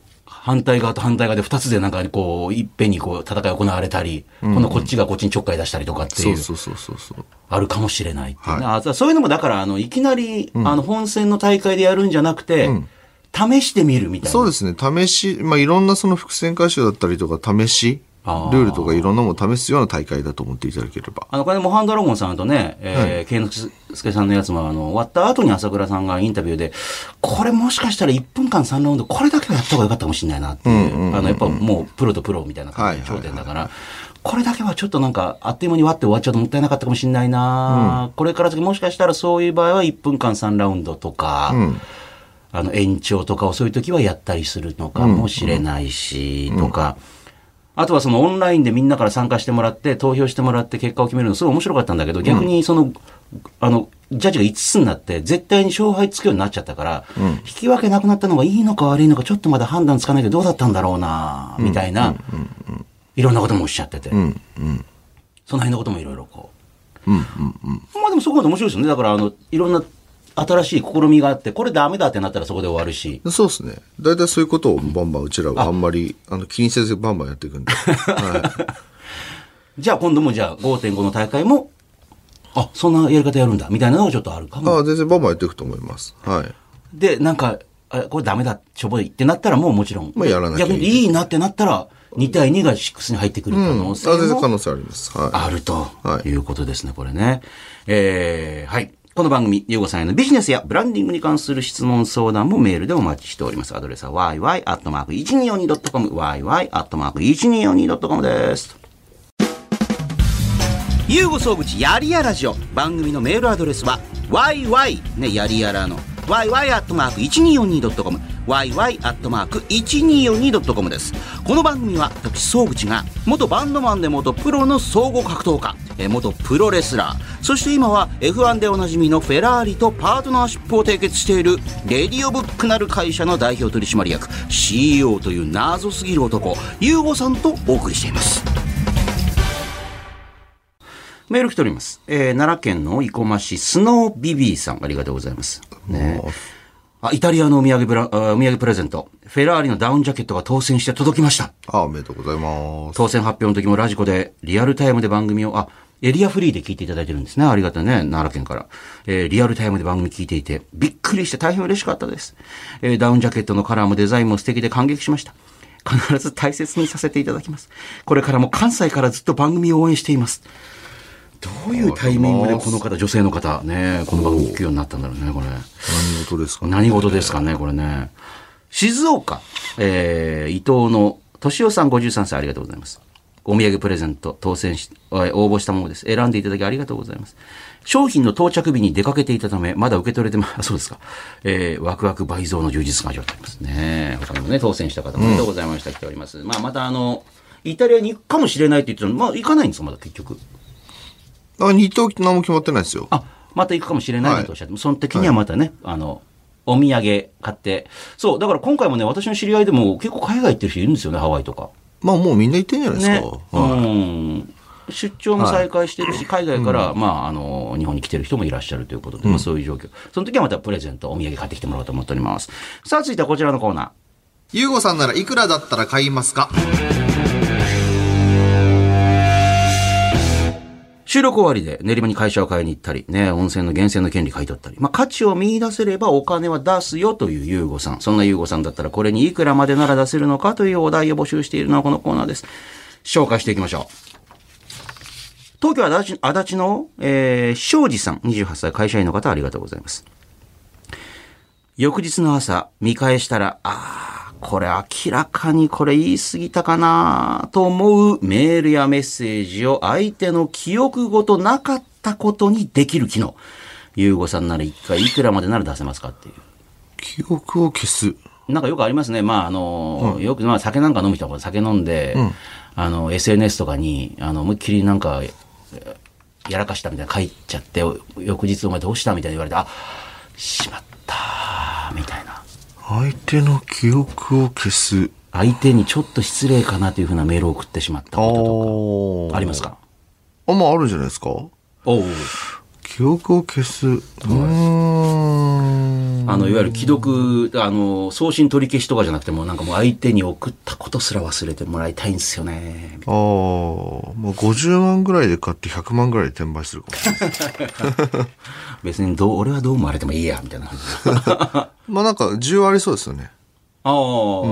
反対側と反対側で二つでなんかこう、いっぺんにこう、戦い行われたり、うんうん、今度こっちがこっちにちょっかい出したりとかっていう。 そうそうそうそう。 あるかもしれないっていう、ね。はい、そういうのもだから、あの、いきなり、うん、あの、本戦の大会でやるんじゃなくて、うん、試してみるみたいな。 そうですね。試し、まあ、いろんなその伏線回収だったりとか、試し、ルールとかいろんなものを試すような大会だと思っていただければ。 あの、これモハンドラゴンさんとね、えー、ケイノスケさんのやつも、あの、終わった後に朝倉さんがインタビューで、これもしかしたらいっぷんかんさんラウンド、これだけはやった方がよかったかもしれないなっていう、うんうんうんうん、あの、やっぱもうプロとプロみたいな感じの頂点だから、はいはいはいはい、これだけはちょっとなんか、あっという間に割って終わっちゃうともったいなかったかもしれないな、うん、これから先もしかしたらそういう場合はいっぷんかんさんラウンドとか、うん、あの、延長とかをそういう時はやったりするのかもしれないし、うんうん、とか、あとはそのオンラインでみんなから参加してもらって、投票してもらって結果を決めるのすごい面白かったんだけど、逆にその、うん、あの、ジャッジがいつつになって、絶対に勝敗つくようになっちゃったから、うん、引き分けなくなったのがいいのか悪いのか、ちょっとまだ判断つかないけどどうだったんだろうな、みたいな、いろんなこともおっしゃってて、うんうん、その辺のこともいろいろこう。うんうんうん、まあでもそこまで面白いですよね。だからあの、いろんな、新しい試みがあって、これダメだってなったらそこで終わるし。 そうですね。だいたいそういうことをバンバンうちらはあんまり、あの、気にせずバンバンやっていくんで。はい、 じゃあ今度もじゃあ ごてんご の大会も、あ、そんなやり方やるんだ、みたいなのがちょっとあるかも。 ああ、全然バンバンやっていくと思います。はい。 で、なんか、あこれダメだ、しょぼいってなったらもうもちろん。 まあやらなきゃいけない。 逆にいいなってなったら、にたいにがろくに入ってくる可能性も、うん、あ全然可能性あります。はい。 あるということですね、これね。えー、はい。この番組、ゆうごさんへのビジネスやブランディングに関する質問相談もメールでお待ちしております。アドレスは ワイワイアットマークいちにーよんにードットコム ワイワイアットマークいちにーよんにードットコム です。ゆうご総口やりやラジオ。番組のメールアドレスは ワイワイ ね、やりやらの ワイワイアットマークいちにーよんにードットコム ワイワイアットマークいちにーよんにードットコム です。この番組は私総口が元バンドマンで元プロの総合格闘家、え元プロレスラー、そして今は エフワン でおなじみのフェラーリとパートナーシップを締結しているレディオブックなる会社の代表取締役 シーイーオー という謎すぎる男ゆうごさんとお送りしています。メール来ております、えー、奈良県の生駒市スノービビーさん、ありがとうございます、ね、あイタリアのお土産ブラお土産プレゼント、フェラーリのダウンジャケットが当選して届きました。 あおめでとうございます。 当選発表の時もラジコでリアルタイムで番組をあエリアフリーで聞いていただいてるんですね。ありがたいね、奈良県から、えー、リアルタイムで番組聞いていてびっくりして大変嬉しかったです、えー、ダウンジャケットのカラーもデザインも素敵で感激しました。必ず大切にさせていただきます。これからも関西からずっと番組を応援しています。どういうタイミングでこの方、女性の方ね、この番組聞くようになったんだろうね、これ。 何事ですかね。 何事ですかね、これね。静岡、えー、伊藤の敏夫さんごじゅうさんさい、ありがとうございます。お土産プレゼント当選し、応募したものです。選んでいただきありがとうございます。商品の到着日に出かけていたため、まだ受け取れてま、そうですか。えー、ワクワク倍増の充実が味わっておりますね。他にもね、当選した方もありがとうございました。うん、来ております。まあ、またあの、イタリアに行くかもしれないって言ってたの、まあ、行かないんですか、まだ結局。 あ、日程何も決まってないですよ。 あ、また行くかもしれないとおっしゃって、はい、その時にはまたね、はい、あの、お土産買って。そう、だから今回もね、私の知り合いでも結構海外行ってる人いるんですよね、ハワイとか。 まあもうみんな行ってんじゃないですか。ね、 はい、うん。出張も再開してるし、はい、海外から、うん、まあ、あの、日本に来てる人もいらっしゃるということで、うん、まあそういう状況。その時はまたプレゼント、お土産買ってきてもらおうと思っております。さあ、続いてはこちらのコーナー。 ゆうごさんならいくらだったら買いますか？ 収録終わりで練馬に会社を買いに行ったり、ね、温泉の源泉の権利買い取ったり、まあ価値を見出せればお金は出すよというゆうごさん。そんなゆうごさんだったらこれにいくらまでなら出せるのかというお題を募集しているのはこのコーナーです。紹介していきましょう。東京足立、足立の、えー、庄司さん、にじゅうはっさい会社員の方、ありがとうございます。翌日の朝、見返したら、あー、これ明らかにこれ言い過ぎたかなと思うメールやメッセージを相手の記憶ごとなかったことにできる機能。ゆうごさんなら一回いくらまでなら出せますかっていう。 記憶を消す。 なんかよくありますね。まああの、うん、よくまあ酒なんか飲む人は酒飲んで、うん、あの エスエヌエス とかにあの思いっきりなんかやらかしたみたいな書いちゃって、翌日お前どうしたみたいに言われて、あ、しまったみたいな。 相手の記憶を消す。 相手にちょっと失礼かなというふうなメールを送ってしまったこととかありますか？ あ、まああるんじゃないですか。おう。 記憶を消す。うーん。 あの、いわゆる既読、あの、送信取り消しとかじゃなくても、なんかもう相手に送ったことすら忘れてもらいたいんですよね。 ああ、もうごじゅうまんぐらいで買ってひゃくまんぐらいで転売するかもしれない。 別にどう、俺はどう思われてもいいや、みたいな感じ。 まあなんか、需要ありそうですよね。 ああ、うん、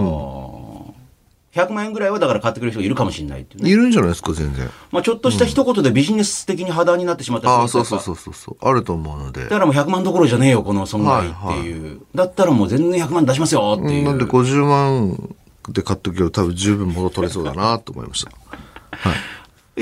ひゃくまんえんぐらいはだから買ってくれる人がいるかもしれないっていうね。 いるんじゃないですか、全然。 まあちょっとした一言でビジネス的に破談になってしまったりする。 ああ、そうそうそうそうそう。あると思うので。 だからもうひゃくまんどころじゃねえよ、この損害っていう。はいはい、だったらもう全然ひゃくまん出しますよっていう。 なんでごじゅうまんで買っとけば多分十分元取れそうだなと思いました。はい。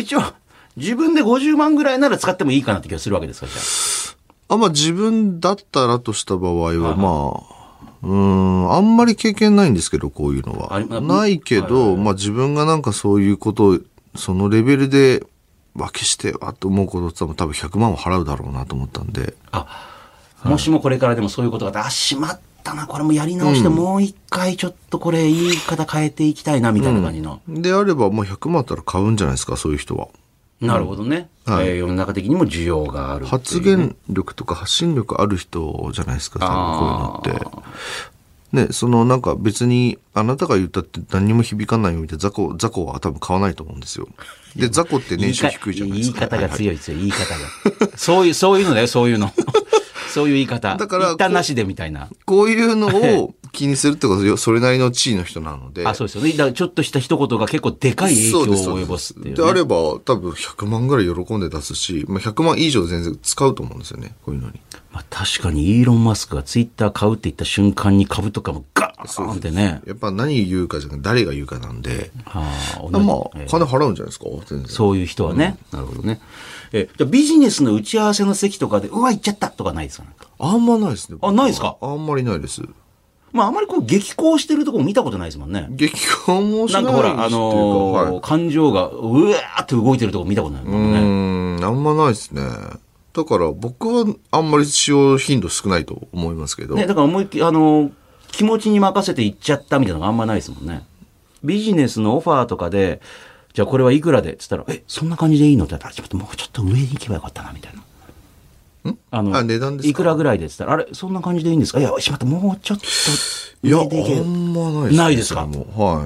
一応、自分でごじゅうまんぐらいなら使ってもいいかなって気がするわけですか、じゃあ。あ、まあ自分だったらとした場合は、まあ、うーん、あんまり経験ないんですけど、こういうのは。ないけど、まあ自分がなんかそういうことを、そのレベルで分けしてはと思うことって多分ひゃくまんを払うだろうなと思ったんで。 あ、もしもこれからでもそういうことがあって、あ、しまったな、これもやり直して、もう一回ちょっとこれ言い方変えていきたいな、みたいな感じの。 うん、であれば、もうひゃくまんあったら買うんじゃないですか、そういう人は。 なるほどね。うん、はい、えー、世の中的にも需要がある、ね。 発言力とか発信力ある人じゃないですか、多分こういうのって。ね、そのなんか別にあなたが言ったって何にも響かないよみたいな雑魚、雑魚は多分買わないと思うんですよ。で、雑魚って年収低いじゃないですか。 言い方が強いですよ、言い方が。そういう、そういうのだよ、そういうの。そういう言い方。だから、一旦なしでみたいな。 こういうのを気にするってことは、それなりの地位の人なので。 あ、そうですよね。だからちょっとした一言が結構でかい影響を及ぼすっていう、ね。 であれば、多分ひゃくまんぐらい喜んで出すし、まあ、ひゃくまん以上全然使うと思うんですよね、こういうのに。 まあ、確かにイーロン・マスクがツイッター買うって言った瞬間に株とかもガーンってね。 やっぱ何言うかじゃなくて誰が言うかなんで。 はあ、 まあ、金払うんじゃないですか、全然。 そういう人はね。うん、なるほどね。え、じゃビジネスの打ち合わせの席とかで、うわ、行っちゃったとかないですかね。 あんまないですね。 あ、ないですか。 あんまりないです。 まあ、あまりこう、激高してるところ見たことないですもんね。 激高もしないなんかほら、あのーはい、感情が、うわーって動いてるところ見たことないもんね。 うん、あんまないですね。だから僕はあんまり使用頻度少ないと思いますけど。 ね、だから思いっきり、あのー、気持ちに任せて行っちゃったみたいなのがあんまないですもんね。ビジネスのオファーとかで、じゃあこれはいくらでっつったら、え、そんな感じでいいのって言ったら、ちょっともうちょっと上に行けばよかったな、みたいな。 んあの、あ、値段ですか？ いくらぐらいでっつったら、あれ、そんな感じでいいんですか？いや、しまった、もうちょっと上でいけ。いや、あんまないですね。 ないですか？ はい。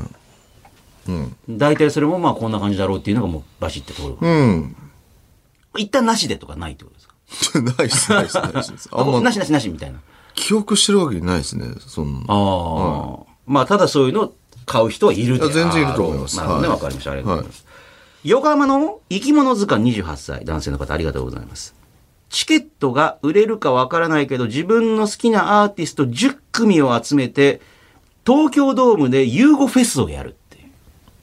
うん。 大体それもまあこんな感じだろうっていうのがもうバシッて通る。 うん。 一旦なしでとかないってことですか？ ないです、ないです、ないです。あんまなしなしなしみたいな。 記憶してるわけないですね、そんな。 ああ、うん。まあ、ただそういうのを買う人はいるで。 全然いると思います。 なるほどね、わかりました。ありがとうございます。はい、横浜の生き物図鑑にじゅうはっさい、男性の方ありがとうございます。チケットが売れるかわからないけど、自分の好きなアーティストじゅっくみを集めて、東京ドームでユーゴフェスをやるっていう。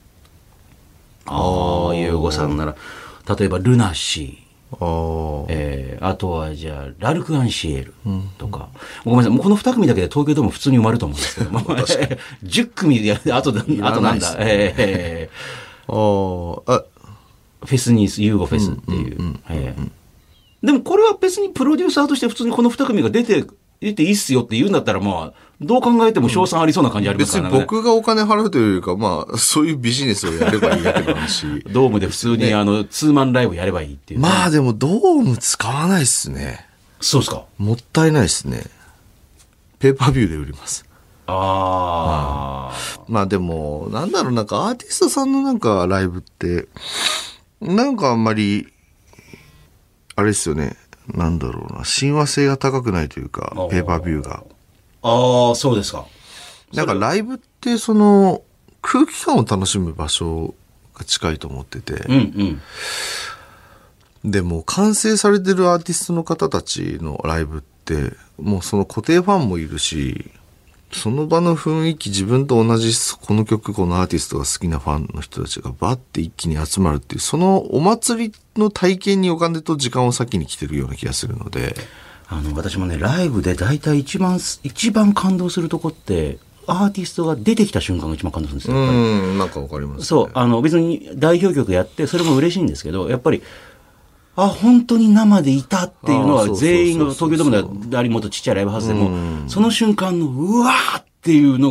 ああ、ユーゴさんなら、例えばルナシー。あ, えー、あとはじゃあラルク・アンシエルとか、うん、ごめんなさい、もうこのに組だけで東京ドーム普通に埋まると思うんですけどもじゅっ組であとあとなんだ、えー、ああフェスニースユーゴフェスっていう、でもこれは別にプロデューサーとして普通にこのに組が出て出ていいっすよって言うんだったら、まあどう考えても賞賛ありそうな感じありますからね。 別に僕がお金払うというか、まあそういうビジネスをやればいいだけの話。 ドームで普通に、ね、あのツーマンライブやればいいっていう、 ね。まあでもドーム使わないっすね。 そうですか。 もったいないっすね。ペーパービューで売ります。 ああ、 まあ。まあでもなんだろう、なんかアーティストさんのなんかライブってなんかあんまりあれですよね。なんだろうな、親和性が高くないというか、ペーパービューが。 ああ、そうですか。 なんかライブってその空気感を楽しむ場所が近いと思ってて、 うんうん、でも完成されてるアーティストの方たちのライブってもうその固定ファンもいるし、その場の雰囲気、自分と同じこの曲このアーティストが好きなファンの人たちがバッて一気に集まるっていう、そのお祭りの体験にお金と時間を先に来てるような気がするので、 あの私もねライブで大体一番一番感動するとこってアーティストが出てきた瞬間が一番感動するんですよ。やっぱりうん、なんかわかりますね。 そう、あの別に代表曲やってそれも嬉しいんですけど、やっぱりあ本当に生でいたっていうのは全員が東京ドームでありもっとちっちゃいライブハウスでもその瞬間のうわーっていうのが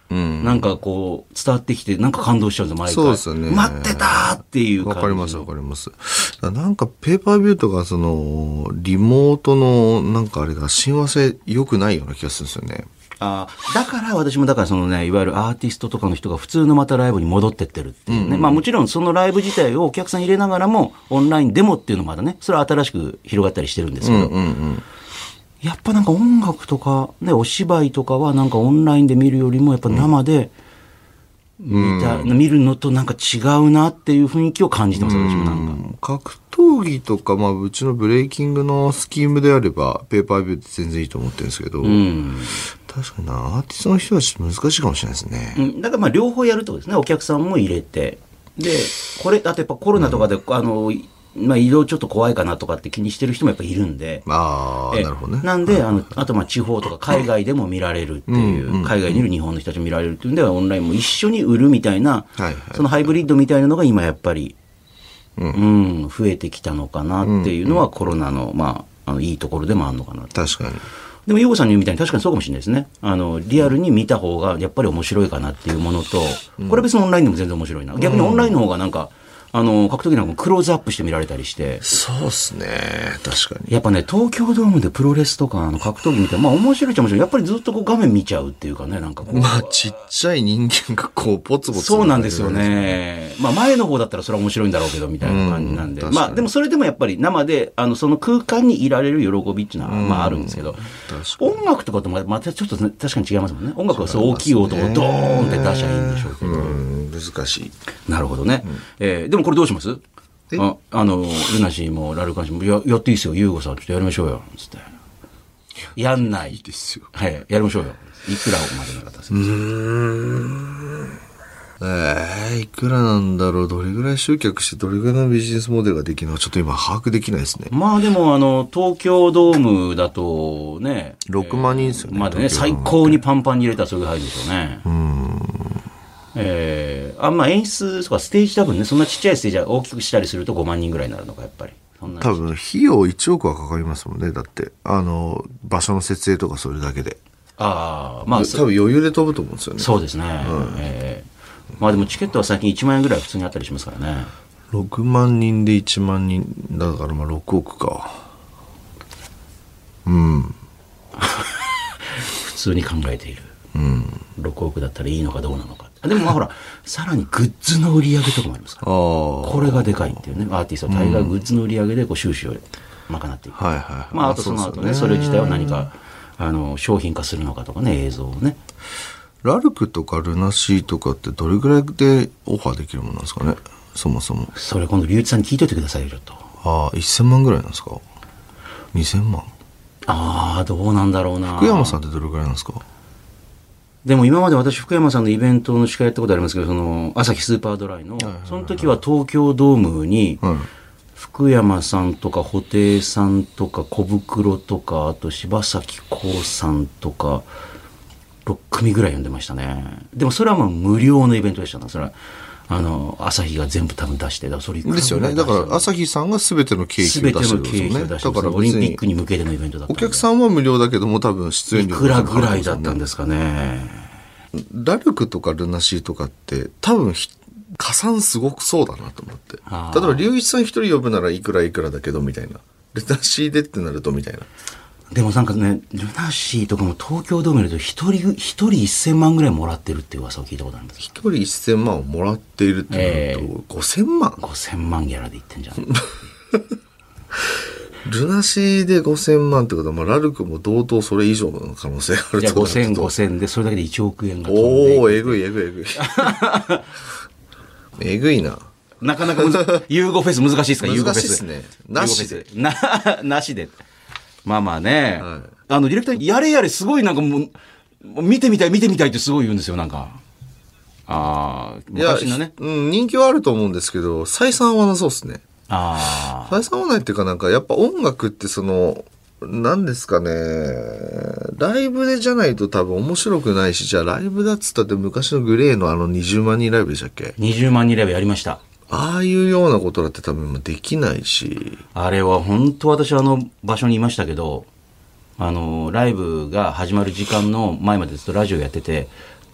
うん、なんかこう伝わってきてなんか感動しちゃうんですよ毎回。そうですよね。待ってたーっていう感じ。 わかりますわかります。なんかペーパービューとかそのリモートのなんかあれが親和性良くないような気がするんですよね。 あだから私もだからそのねいわゆるアーティストとかの人が普通のまたライブに戻ってってるっていうね、うんうん、まあもちろんそのライブ自体をお客さん入れながらもオンラインでもっていうのもまだねそれは新しく広がったりしてるんですけど、うんうんうん、やっぱなんか音楽とかねお芝居とかはなんかオンラインで見るよりもやっぱ生で見た、うん、見るのとなんか違うなっていう雰囲気を感じてます、私もなんか。格闘技とか、まあ、うちのブレイキングのスキームであれば、ペーパービューって全然いいと思ってるんですけど、うん、確かにな、アーティストの人は難しいかもしれないですね。 うん、だからまあ、両方やるってことですね。お客さんも入れて。で、これ、あとやっぱコロナとかで、うん、あの、まあ、移動ちょっと怖いかなとかって気にしてる人もやっぱいるんで。 ああ、なるほどね。 なんで、あの、あとまあ地方とか海外でも見られるっていう、うん、海外にいる日本の人たちも見られるっていうんで、オンラインも一緒に売るみたいな、はいはい、そのハイブリッドみたいなのが今やっぱり、うん、うん、増えてきたのかなっていうのはコロナの、まあ、あのいいところでもあるのかな。 確かに。 でも、ヨウさんの言うみたいに確かにそうかもしれないですね。あの、リアルに見た方がやっぱり面白いかなっていうものと、これ別にオンラインでも全然面白いな。逆にオンラインの方がなんか、あの、格闘技なんかもクローズアップして見られたりして。 そうっすね。確かに。 やっぱね、東京ドームでプロレスとか、あの、格闘技見て、まあ面白いっちゃ面白い。やっぱりずっとこう画面見ちゃうっていうかね、なんかこう。 まあ、ちっちゃい人間がこう、ポツポツ。 そうなんですよね。まあ前の方だったらそれは面白いんだろうけど、みたいな感じなんで。うん、まあでもそれでもやっぱり生で、あの、その空間にいられる喜びっていうのは、まああるんですけど、音楽とかとまたちょっと、ね、確かに違いますもんね。音楽はそう大きい音をドーンって出しゃいいんでしょうけど。うん、 難しい。 なるほどね。うん、えー、でもこれどうします？あ, あのルナシーもラルカンシーも や, やっていいですよ、ユーゴさんちょっとやりましょうよつってやんない。 いいですよ。 はい、やりましょうよ。いくらまでの方です。うーんえー、いくらなんだろう、どれぐらい集客してどれぐらいのビジネスモデルができるのかちょっと今把握できないですね。 まあでもあの東京ドームだとねろくまんにんですよね。 えー、まだね最高にパンパンに入れたらそれが入るでしょうね。うーんえー、あんま演出とかステージ多分ねそんなちっちゃいステージは大きくしたりするとごまんにんぐらいになるのかやっぱり。そんな多分費用いちおくはかかりますもんね。だってあの場所の設営とかそれだけで。ああまあ多分余裕で飛ぶと思うんですよね。 そうですね。うんえー、まあでもチケットは最近いちまんえんぐらい普通にあったりしますからね。 ろくまんにんでいちまんにんだからまあろくおくか。うん普通に考えている。 うん、 ろくおくだったらいいのかどうなのか。でもまあほらさらにグッズの売り上げとかもありますから、これがでかいっていうね。アーティストは大概グッズの売り上げでこう収支を賄っていく、 はいはい、 まああとその後ね、それ自体を何かあの商品化するのかとかね、映像をね。 ラルクとかルナシーとかってどれぐらいでオファーできるものなんですかね、そもそも。 それ今度龍一さんに聞いといてくださいよちょっと。 ああせんまんぐらいなんですか。にせんまん。 ああどうなんだろうな。 福山さんってどれぐらいなんですか。 でも今まで私福山さんのイベントの司会やったことありますけど、その朝日スーパードライの、はいはいはいはい、その時は東京ドームに、はい、福山さんとか布袋さんとか小袋とかあと柴咲コウさんとかろっくみぐらい呼んでましたね。でもそれはまあ無料のイベントでしたね。それはあの朝日が全部多分出してだそれですよね。だから朝日さんが全ての経費を出してるんですよね。だからオリンピックに向けてのイベントだったんで。 お客さんは無料だけども多分出演料いくらぐらいだったんですかね。 ラルクとかルナシーとかって多分加算すごくそうだなと思って。例えば龍一さん一人呼ぶならいくらいくらだけどみたいな。ルナシーでってなるとみたいな。 でもなんかね、ルナシーとかも東京ドームで一人一人せんまんぐらいもらってるっていう噂を聞いたことあるんです。 一人せんまんをもらっているってなると、えー、ごせんまん ? ごせんまんギャラで言ってんじゃん。 ルナシーでごせんまんってことは、まあ、ラルクも同等それ以上の可能性があると。 じゃあごせん、ごせんでそれだけでいちおくえんが飛んでいく。 おー、えぐいえぐいえぐい。えぐいな。 なかなかむず、ユーゴフェス難しいですか、ユーゴフェス。 難しいですね。なしで。 な、なしで。まあまあね。はい、あの、ディレクターやれやれすごいなんかもう、見てみたい見てみたいってすごい言うんですよ、なんか。ああ、昔のね。 うん、人気はあると思うんですけど、採算はなそうですね。 ああ。 採算はないっていうかなんか、やっぱ音楽ってその、何ですかね、ライブでじゃないと多分面白くないし、じゃあライブだっつったって昔のグレーのあのにじゅうまんにんライブでしたっけ ? にじゅうまんにんライブやりました。 ああいうようなことだって多分できないし。 あれは本当私はあの場所にいましたけど、あの、ライブが始まる時間の前までずっとラジオやってて、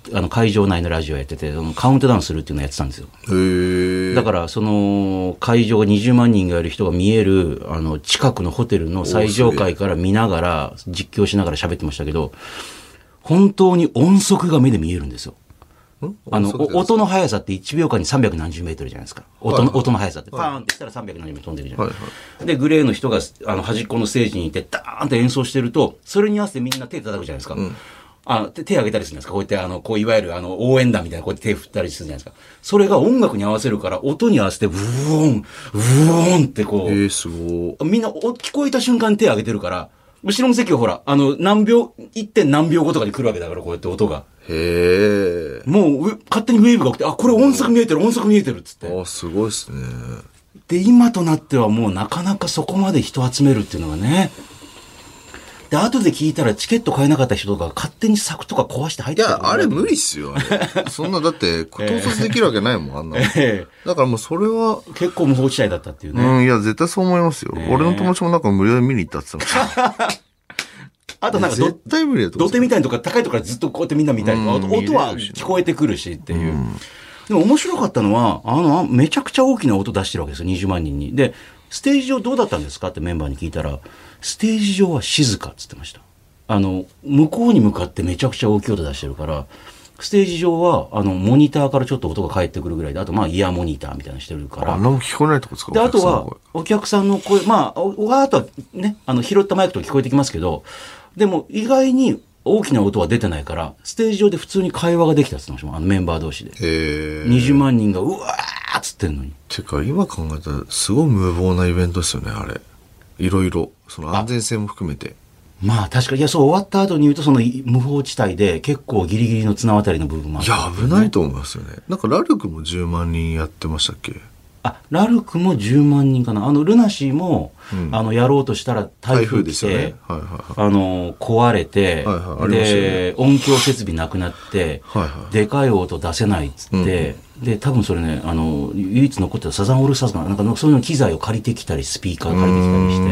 あの会場内のラジオやってて、カウントダウンするっていうのをやってたんですよ。 へだから、その、会場がにじゅうまんにんがいる人が見える、あの、近くのホテルの最上階から見ながら、実況しながら喋ってましたけど、本当に音速が目で見えるんですよ。あの、音の速さっていちびょうかんにさんびゃくなんじゅうメートルじゃないですか。音の、はいはい、音の速さって。パーンってしたらさんびゃくなんじゅうメートル飛んでるじゃないですか。はいはい、で、グレーの人が、あの、端っこのステージにいて、ダーンって演奏してると、それに合わせてみんな手叩くじゃないですか。うん、あ手、手上げたりするんですか。こうやって、あの、こう、いわゆる、あの、応援団みたいな、こうやって手振ったりするじゃないですか。それが音楽に合わせるから、音に合わせて、ブーン、ブーンってこう。 えー、すごい。みんな、聞こえた瞬間に手上げてるから、後ろの席はほら、あの、何秒、いってん何秒後とかに来るわけだから、こうやって音が。 へえ。 もう、勝手にウェーブが起きて、あ、これ音速見えてる、音速見えてるっつって。 あ、すごいっすね。 で、今となってはもうなかなかそこまで人集めるっていうのがね。で、後で聞いたらチケット買えなかった人が勝手に柵とか壊して入ってた。いや、あれ無理っすよ、あれ。そんな、だって、盗撮できるわけないもん、あんなの。えー、だからもうそれは。 結構無法地帯だったっていうね。 うん、いや、絶対そう思いますよ。えー、俺の友達もなんか無料で見に行ったって言ってたもん。 あとなんか絶対無理だと思う。 土手みたいなとか高いところからずっとこうやってみんな見たりとか、音は聞こえてくるしっていう。でも面白かったのは、あの、めちゃくちゃ大きな音出してるわけですよ、にじゅうまんにんに。で、ステージ上どうだったんですかってメンバーに聞いたら、ステージ上は静かって言ってました。あの、向こうに向かってめちゃくちゃ大きい音出してるから、ステージ上は、あの、モニターからちょっと音が返ってくるぐらいで、あとまあイヤーモニターみたいなのしてるから。 あ、何も聞こえないとこですか？ で、あとは、お客さんの声、まあ、わーっとね、あの、拾ったマイクと聞こえてきますけど、でも意外に大きな音は出てないから、ステージ上で普通に会話ができたって言ってました、あのメンバー同士で。 へー。 にじゅうまんにんがうわーっつってんのに。 てか、今考えたらすごい無謀なイベントですよね、あれ。いろいろ。その安全性も含めて。 まあ確かに、いや、そう終わった後に言うと、その無法地帯で結構ギリギリの綱渡りの部分もある、 ね。いや、危ないと思いますよね。なんかラルクもじゅうまんにんやってましたっけ？ あ、ラルクもじゅうまんにんかな。あの、ルナシーも、うん、あの、やろうとしたら台風来て、ね、はいはいはい、あの、壊れて、はいはい、で、ね、音響設備なくなって、はいはい、でかい音出せないっつって、うん、で、多分それね、あの、唯一残ってたサザンオールスターズかな、なんかそういうの機材を借りてきたり、スピーカー借りてきたりして、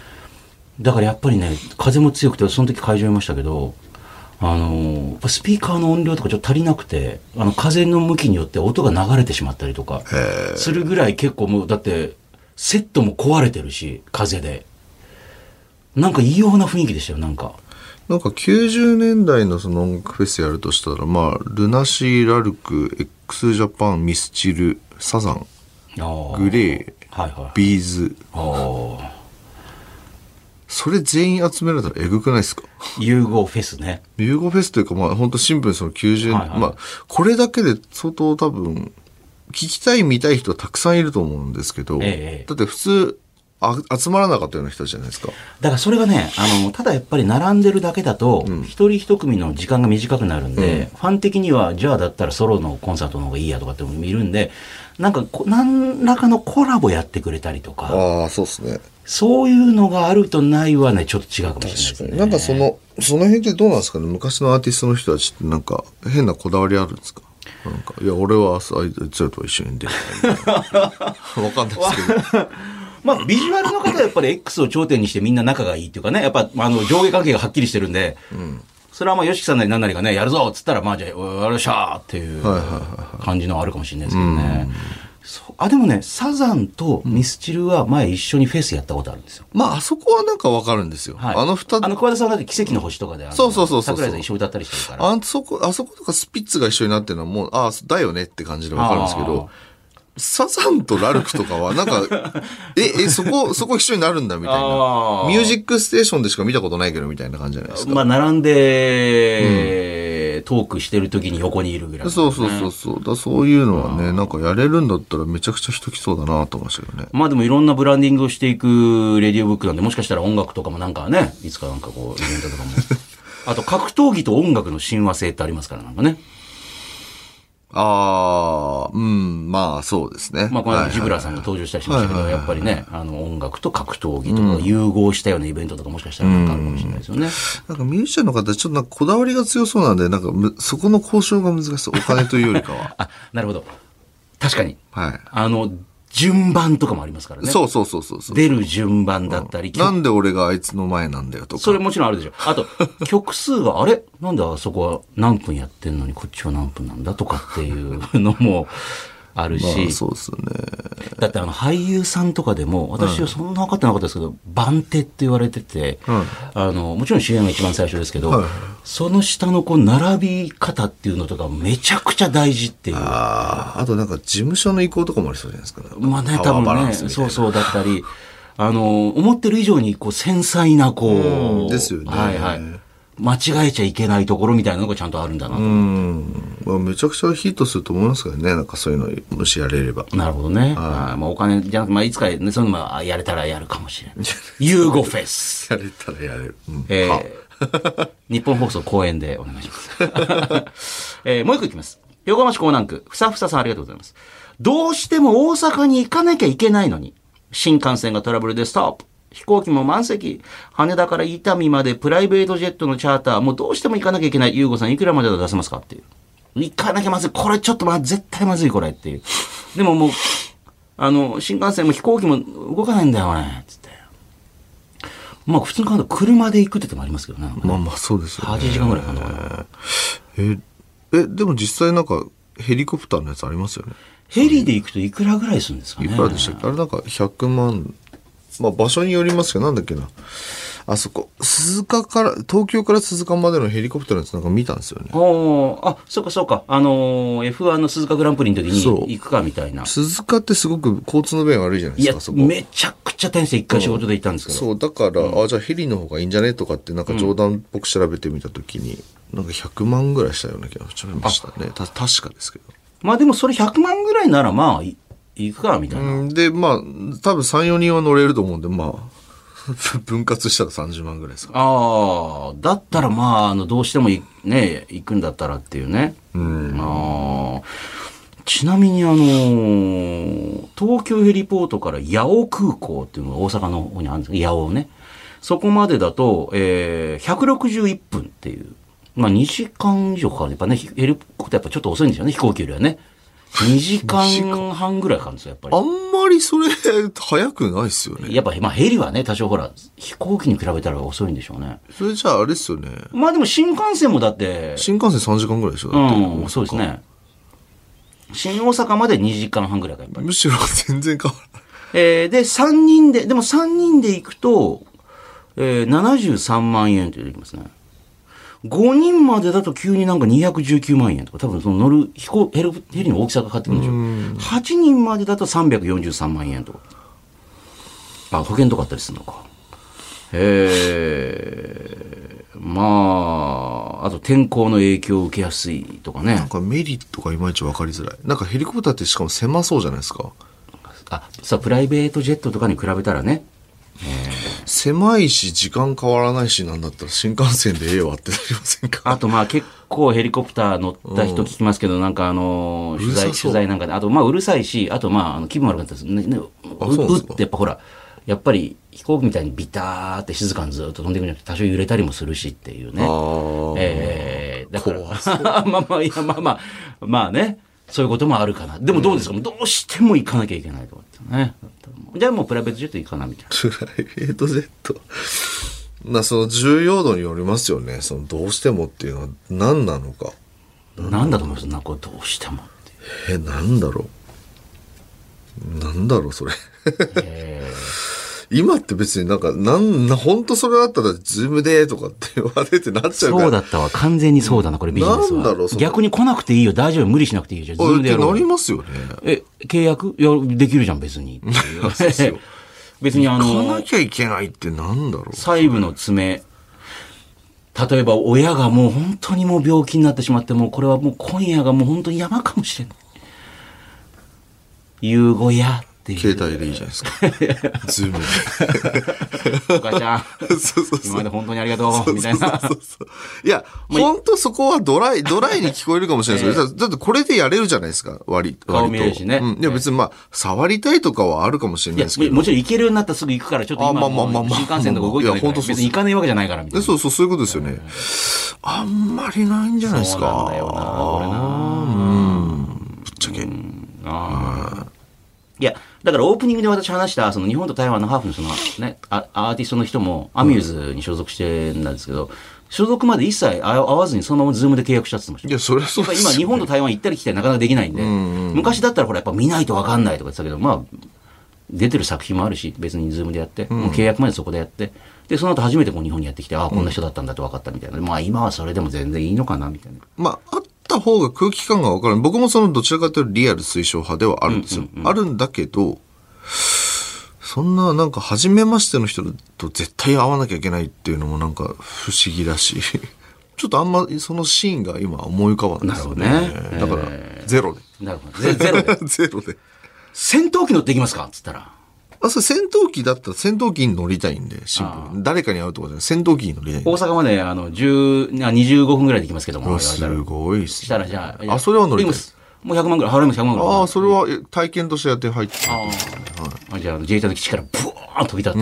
だからやっぱりね、風も強くて、その時会場いましたけど、あの、スピーカーの音量とかちょっと足りなくて、あの、風の向きによって音が流れてしまったりとか、するぐらい結構もう、だって、セットも壊れてるし、風で。なんか異様な雰囲気でしたよ、なんか。 なんかきゅうじゅうねんだいのその音楽フェスやるとしたら、まあ、ルナシー、ラルク、x ジャパン、ミスチル、サザン、グレー、はいはい、ビーズ。あそれ全員集められたらエグくないですか？ 融合フェスね。 融合フェスというか、まあ本当シンプルにそのきゅうじゅう、はいはい、まあこれだけで相当多分聞きたい見たい人はたくさんいると思うんですけど、ええ、だって普通あ集まらなかったような人じゃないですか。 だからそれがね、あのただやっぱり並んでるだけだと一、うん、人一組の時間が短くなるんで、うん、ファン的にはじゃあだったらソロのコンサートの方がいいやとかってもいるんで、なんか何らかのコラボやってくれたりとか。 ああ、そうですね。 そういうのがあるとないはね、ちょっと違うかもしれないですね。 なんかその、その辺ってどうなんですかね。昔のアーティストの人たちってなんか変なこだわりあるんですか？なんか、いや、俺はあいつらと一緒に出るみたいな。わかんないですけど。 まあ、ビジュアルの方はやっぱり X を頂点にしてみんな仲がいいっていうかね、やっぱ、あの、上下関係がはっきりしてるんで、うん、それはまあ、ヨシキさんなり何なりがね、やるぞっつったら、まあ、じゃあ、よっしゃーっていう感じのあるかもしれないですけどね。そうあでもね、サザンとミスチルは前一緒にフェスやったことあるんですよ。 まあ、あそこはなんかわかるんですよ。はい、あの二つ。 あの、桑田さんだって奇跡の星とかで、あのそうそうそうそう。 桜井さん一緒に歌ったりしてるから。 あそこ、あそことかスピッツが一緒になってるのはもう、ああ、だよねって感じでわかるんですけど、サザンとラルクとかはなんか、え、え、そこ、そこ一緒になるんだみたいな。ミュージックステーションでしか見たことないけどみたいな感じじゃないですか。 まあ、並んで、うん、トークしてる時に横にいるぐらい、ね。 そうそうそうそう。だそういうのはね、なんかやれるんだったらめちゃくちゃ人来そうだなと思いましたけどね。 まあでもいろんなブランディングをしていくレディオブックなんで、もしかしたら音楽とかもなんかね、いつかなんかこう、イベントとかも。あと格闘技と音楽の親和性ってありますからなんかね。 ああ、うん、まあそうですね。 まあこのジブラさんが登場したりしましたけど、やっぱりね、あの音楽と格闘技とか融合したようなイベントとかもしかしたらなんかあるかもしれないですよね。 なんかミュージシャンの方ちょっとなんかこだわりが強そうなんで、なんかそこの交渉が難しそう。お金というよりかは。 あ、なるほど。確かに。 はい。 あの、 順番とかもありますからね。 そうそうそうそうそう。 出る順番だったり、 うん、なんで俺があいつの前なんだよとか。 それもちろんあるでしょ。あと、曲数が、あれなんであそこは何分やってんのにこっちは何分なんだとかっていうのもあるし。 まあ、そうですね。 だってあの俳優さんとかでも、私はそんな分かってなかったですけど、番手って言われてて、うん、あの、もちろん主演が一番最初ですけど、はい、その下のこう並び方っていうのとかめちゃくちゃ大事っていう。 ああ、あとなんか事務所の意向とかもありそうじゃないですかね。 まあね、多分ね、そうそうだったり、あの、思ってる以上にこう繊細なこう、 うん、ですよね。 はいはい。間違えちゃいけないところみたいなのがちゃんとあるんだなと思って。 うん、まあ、めちゃくちゃヒットすると思いますけどね。なんかそういうのもしやれれば。 なるほどね。はい、あまあ、お金じゃなくて、まあ、いつかね、そういうのもやれたらやるかもしれない。ユーゴフェス。 やれたらやれる。うん、 えー、日本放送公演でお願いします。えー、もう一個いきます。横浜市港南区、ふさふささんありがとうございます。どうしても大阪に行かなきゃいけないのに、新幹線がトラブルでストップ。飛行機も満席。羽田から伊丹までプライベートジェットのチャーター。もうどうしても行かなきゃいけない。ゆうごさんいくらまで出せますかっていう。行かなきゃまずい。これちょっとまあ絶対まずいこれっていう。でももう、あの、新幹線も飛行機も動かないんだよね。つって。まあ普通の車で行くって言ってもありますけどね。 まあまあそうですよね。 はちじかんぐらいかかるのかな。 え、え、でも実際なんかヘリコプターのやつありますよね。 ヘリで行くといくらぐらいするんですかね。 いくらでしたっけあれなんかひゃくまん。まあ場所によりますけど、なんだっけな。あそこ、鈴鹿から、東京から鈴鹿までのヘリコプターのやつなんか見たんですよね。 おあ、そうかそうか。あのー、エフワン の鈴鹿グランプリの時に行くかみたいな。 鈴鹿ってすごく交通の便悪いじゃないですか、そこ。 めちゃくちゃ大変です。一回仕事で行ったんですけど。 そう、だから、うん、あ、じゃあヘリの方がいいんじゃねとかってなんか冗談っぽく調べてみた時に、うん、なんかひゃくまんぐらいしたような気がしましたね。た、確かですけど。 まあでもそれひゃくまんぐらいならまあ、行くかみたいな。 うん、で、まあ、多分さん、よにんは乗れると思うんで、まあ、分割したらさんじゅうまんぐらいですか、ね。 ああ、だったらまあ、あの、どうしてもね、行くんだったらっていうね。 うん。 あちなみにあのー、東京ヘリポートから八尾空港っていうのが大阪の方にあるんですけど、八尾ね。そこまでだと、えー、ひゃくろくじゅういっぷんっていう。まあにじかん以上かかる。やっぱね、ヘリポートやっぱちょっと遅いんですよね、飛行機よりはね。にじかんはんぐらいかかるんですよ、やっぱり。 あんまりそれ、早くないっすよね。 やっぱ、まあヘリはね、多少ほら、飛行機に比べたら遅いんでしょうね。 それじゃああれっすよね。 まあでも新幹線もだって。 新幹線さんじかんぐらいでしょだって。 うん、そうですね。新大阪までにじかんはんぐらいか、やっぱり。 むしろ全然変わらない。 えー、で、さんにんで、でもさんにんで行くと、えー、ななじゅうさんまんえんって出てきますね。ごにんまでだと急になんかにひゃくじゅうきゅうまんえんとか、多分その乗る飛行、ヘリ、ヘリの大きさが変わってくるんでしょう。はちにんまでだとさんびゃくよんじゅうさんまんえんとか。あ、保険とかあったりするのか。えー、まあ、あと天候の影響を受けやすいとかね。 なんかメリットがいまいち分かりづらい。なんかヘリコプターってしかも狭そうじゃないですか。 あ、さあ、プライベートジェットとかに比べたらね。 狭いし時間変わらないしなんだったら新幹線でええわってなりませんか。 あとまあ結構ヘリコプター乗った人聞きますけど、うん、なんかあの取材取材なんかであとまあうるさいし、あとまああの気分悪かったですね。ねううってやっぱほらやっぱり飛行機みたいにビターって静かにずっと飛んでいくんじゃなくて多少揺れたりもするしっていうね。 あえー、だからまあまあいやまあまあまあね。そういうこともあるかな。でもどうですか、うん、どうしても行かなきゃいけないとかってね。じゃあもうプライベートジェット行かなみたいな。 プライベートジェット。まあその重要度によりますよね。そのどうしてもっていうのは何なのか。 何だと思いますなんかどうしてもって。 え、なんだろう。なんだろうそれ。えー今って別になんか、なんな、本当それだったら、ズームでとかって言われてなっちゃうから。 そうだったわ。完全にそうだな、これビジネスは。 なんだろう、 逆に来なくていいよ。大丈夫。無理しなくていいよ。じゃあ、ズームでやろう。 なりますよね。 え、契約いや、できるじゃん、別に。別にあの、 行かなきゃいけないってなんだろう。 細部の詰め。例えば、親がもう本当にもう病気になってしまって、もうこれはもう今夜がもう本当に山かもしれない。夕ごや。 携帯でいいじゃないですか。ズームで。お母ちゃん。そうそうそう。今まで本当にありがとう。みたいな。そうそうそういや、本当そこはドライ、ドライに聞こえるかもしれないですけど、えー、だってこれでやれるじゃないですか、割と。 顔見えるしね。 うん。いや別にまあ、触りたいとかはあるかもしれないですけど。 もちろん行けるようになったらすぐ行くから、ちょっと今も新幹線とか動いてないから。別に行かないわけじゃないから、みたいな。 そうそう、そういうことですよね。あんまりないんじゃないですか。そうなんだよな、 俺な。 うん。ぶっちゃけ。 ああ。いや、 だからオープニングで私話した、その日本と台湾のハーフのそのね、アーティストの人もアミューズに所属してるんですけど、うん、所属まで一切会わずにそのままズームで契約したって言ってました。 いや、それはそうですよね。 今日本と台湾行ったり来たりなかなかできないんで、うんうん、昔だったらほらやっぱ見ないと分かんないとか言ってたけど、まあ、出てる作品もあるし、別にズームでやって、うん、もう契約までそこでやって、で、その後初めてこう日本にやってきて、ああ、こんな人だったんだって分かったみたいな。うん、まあ今はそれでも全然いいのかな、みたいな。 まあ、あった方が空気感が分かる。僕もそのどちらかというとリアル推奨派ではあるんですよ。うんうんうん、あるんだけど、そんななんか初めましての人と絶対会わなきゃいけないっていうのもなんか不思議だし、ちょっとあんまそのシーンが今思い浮かばないですよね。なるほどね。だから、ゼロで。 なるほど。ゼロで。 ゼロで。 戦闘機乗っていきますかっつったら。 あ、それ戦闘機だったら戦闘機に乗りたいんで、シンプルに。誰かに会うとかじゃない、戦闘機に乗りたいんで。 大阪まで、あの、じゅう、にじゅうごふんぐらいで行きますけども。 すごいっすね。 したらじゃあ、あ、それは乗りたい。 もうひゃくまんぐらい、払いますひゃくまんぐらい。 ああ、それは体験としてやって入ってる、ね。 ああ。じゃあ、自衛隊の基地からブワーン飛び立って。 うん、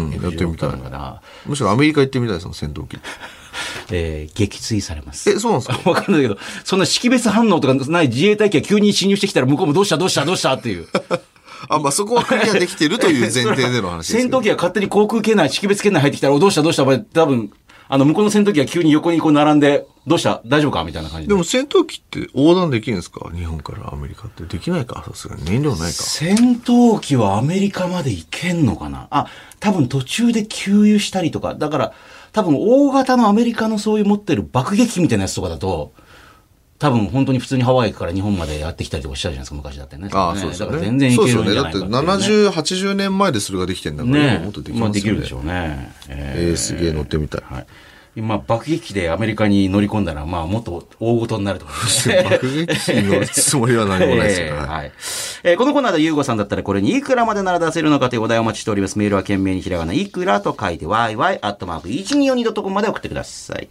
やってみたい。むしろアメリカ行ってみたい、その戦闘機。 えー、撃墜されます。 え、そうなんですか？ わかんないけど、そんな識別反応とかない自衛隊機が急に侵入してきたら向こうもどうしたどうしたどうしたっていう。 あ、まあ、そこはクリアできてるという前提での話です、ね。 戦闘機が勝手に航空圏内、識別圏内入ってきたら、どうしたどうした多分、あの、向こうの戦闘機が急に横にこう並んで、どうした大丈夫かみたいな感じで。 でも戦闘機って横断できるんですか？日本からアメリカってできないか？さすがに燃料ないか。 戦闘機はアメリカまで行けんのかな？あ、多分途中で給油したりとか、だから、多分大型のアメリカのそういう持ってる爆撃機みたいなやつとかだと、多分本当に普通にハワイから日本までやってきたりとかしたじゃないですか、昔だってね。 ああ、そうですね。 だから全然いけるんじゃないかって、ね。 そうですよね。だってななじゅう、はちじゅうねんまえでそれができてるんだからね。もっとできますよね。まあできるでしょうね。 えー、えー、すげえ乗ってみたい。はい。 今、爆撃機でアメリカに乗り込んだら、まあもっと大事になると思います、ね。 爆撃機に乗るつもりは何もないですよね。 えー、はい。えー、このコーナーでユーゴさんだったらこれにいくらまでなら出せるのかというお題をお待ちしております。メールは懸命にひらがないくらと書いて ワイワイアットマークいちにーよんにードットコム まで送ってください。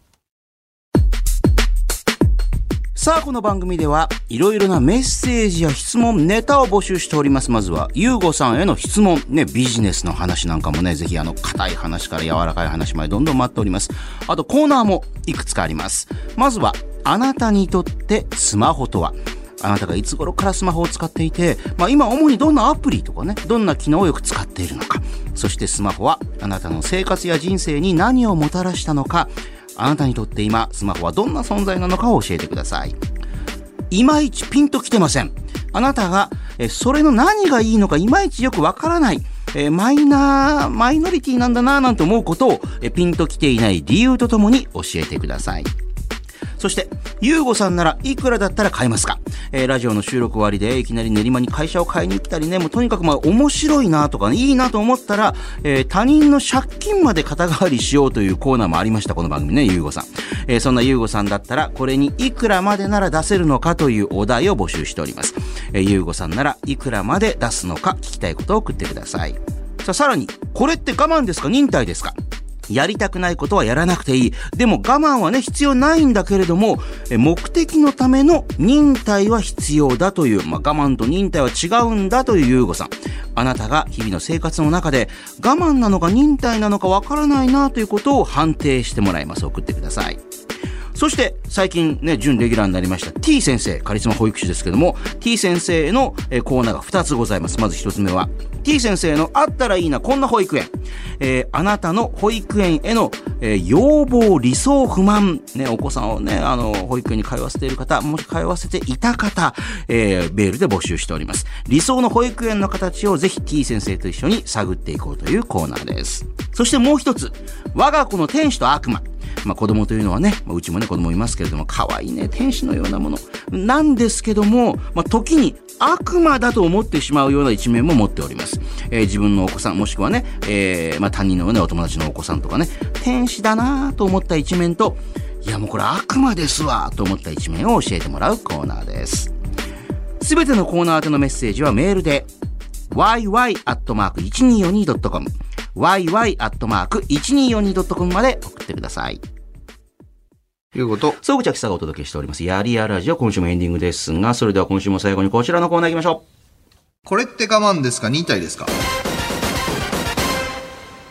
さあ、この番組ではいろいろなメッセージや質問、ネタを募集しております。まずは、ゆうごさんへの質問、ね、ビジネスの話なんかもね、ぜひあの、硬い話から柔らかい話までどんどん待っております。あと、コーナーもいくつかあります。まずは、あなたにとってスマホとは？あなたがいつ頃からスマホを使っていて、まあ今主にどんなアプリとかね、どんな機能をよく使っているのか。そしてスマホはあなたの生活や人生に何をもたらしたのか。あなたにとって今、スマホはどんな存在なのかを教えてください。いまいちピンときてません。あなたが、えそれの何がいいのかいまいちよくわからない。えマイナー、マイノリティなんだなぁなんて思うことを、えピンときていない理由とともに教えてください。そして、ゆうごさんならいくらだったら買えますか？えー、ラジオの収録終わりでいきなり練馬に会社を買いに来たりね、もうとにかくまあ面白いなとか、ね、いいなと思ったら、えー、他人の借金まで肩代わりしようというコーナーもありました、この番組ね、ゆうごさん。えー、そんなゆうごさんだったら、これにいくらまでなら出せるのかというお題を募集しております。えー、ゆうごさんならいくらまで出すのか聞きたいことを送ってください。さあ、さらに、これって我慢ですか？忍耐ですか？やりたくないことはやらなくていい。でも我慢はね、必要ないんだけれども、目的のための忍耐は必要だという、まあ、我慢と忍耐は違うんだというゆうごさん。あなたが日々の生活の中で我慢なのか忍耐なのかわからないなということを判定してもらいます。送ってください。そして最近ね、準レギュラーになりました T 先生、カリスマ保育士ですけども、 T 先生へのコーナーがふたつございます。まずひとつめは T 先生のあったらいいなこんな保育園、えー、あなたの保育園への、えー、要望、理想、不満、ね、お子さんをね、あの保育園に通わせている方、もし通わせていた方、えー、メールで募集しております。理想の保育園の形をぜひ T 先生と一緒に探っていこうというコーナーです。そしてもう一つ、我が子の天使と悪魔。まあ子供というのはね、まあ、うちもね子供いますけれども、可愛いね、天使のようなものなんですけども、まあ時に悪魔だと思ってしまうような一面も持っております。えー、自分のお子さん、もしくはね、えー、まあ他人のね、お友達のお子さんとかね、天使だなと思った一面と、いやもうこれ悪魔ですわと思った一面を教えてもらうコーナーです。すべてのコーナー宛てのメッセージはメールで ワイワイアットマークいちにーよんにードットコム ワイワイアットマークいちにーよんにードットコム まで送ってください。 いうこと。 総口秋さがお届けしております。やりやラジオ、今週もエンディングですが、それでは今週も最後にこちらのコーナー行きましょう。 これって我慢ですか？忍耐ですか？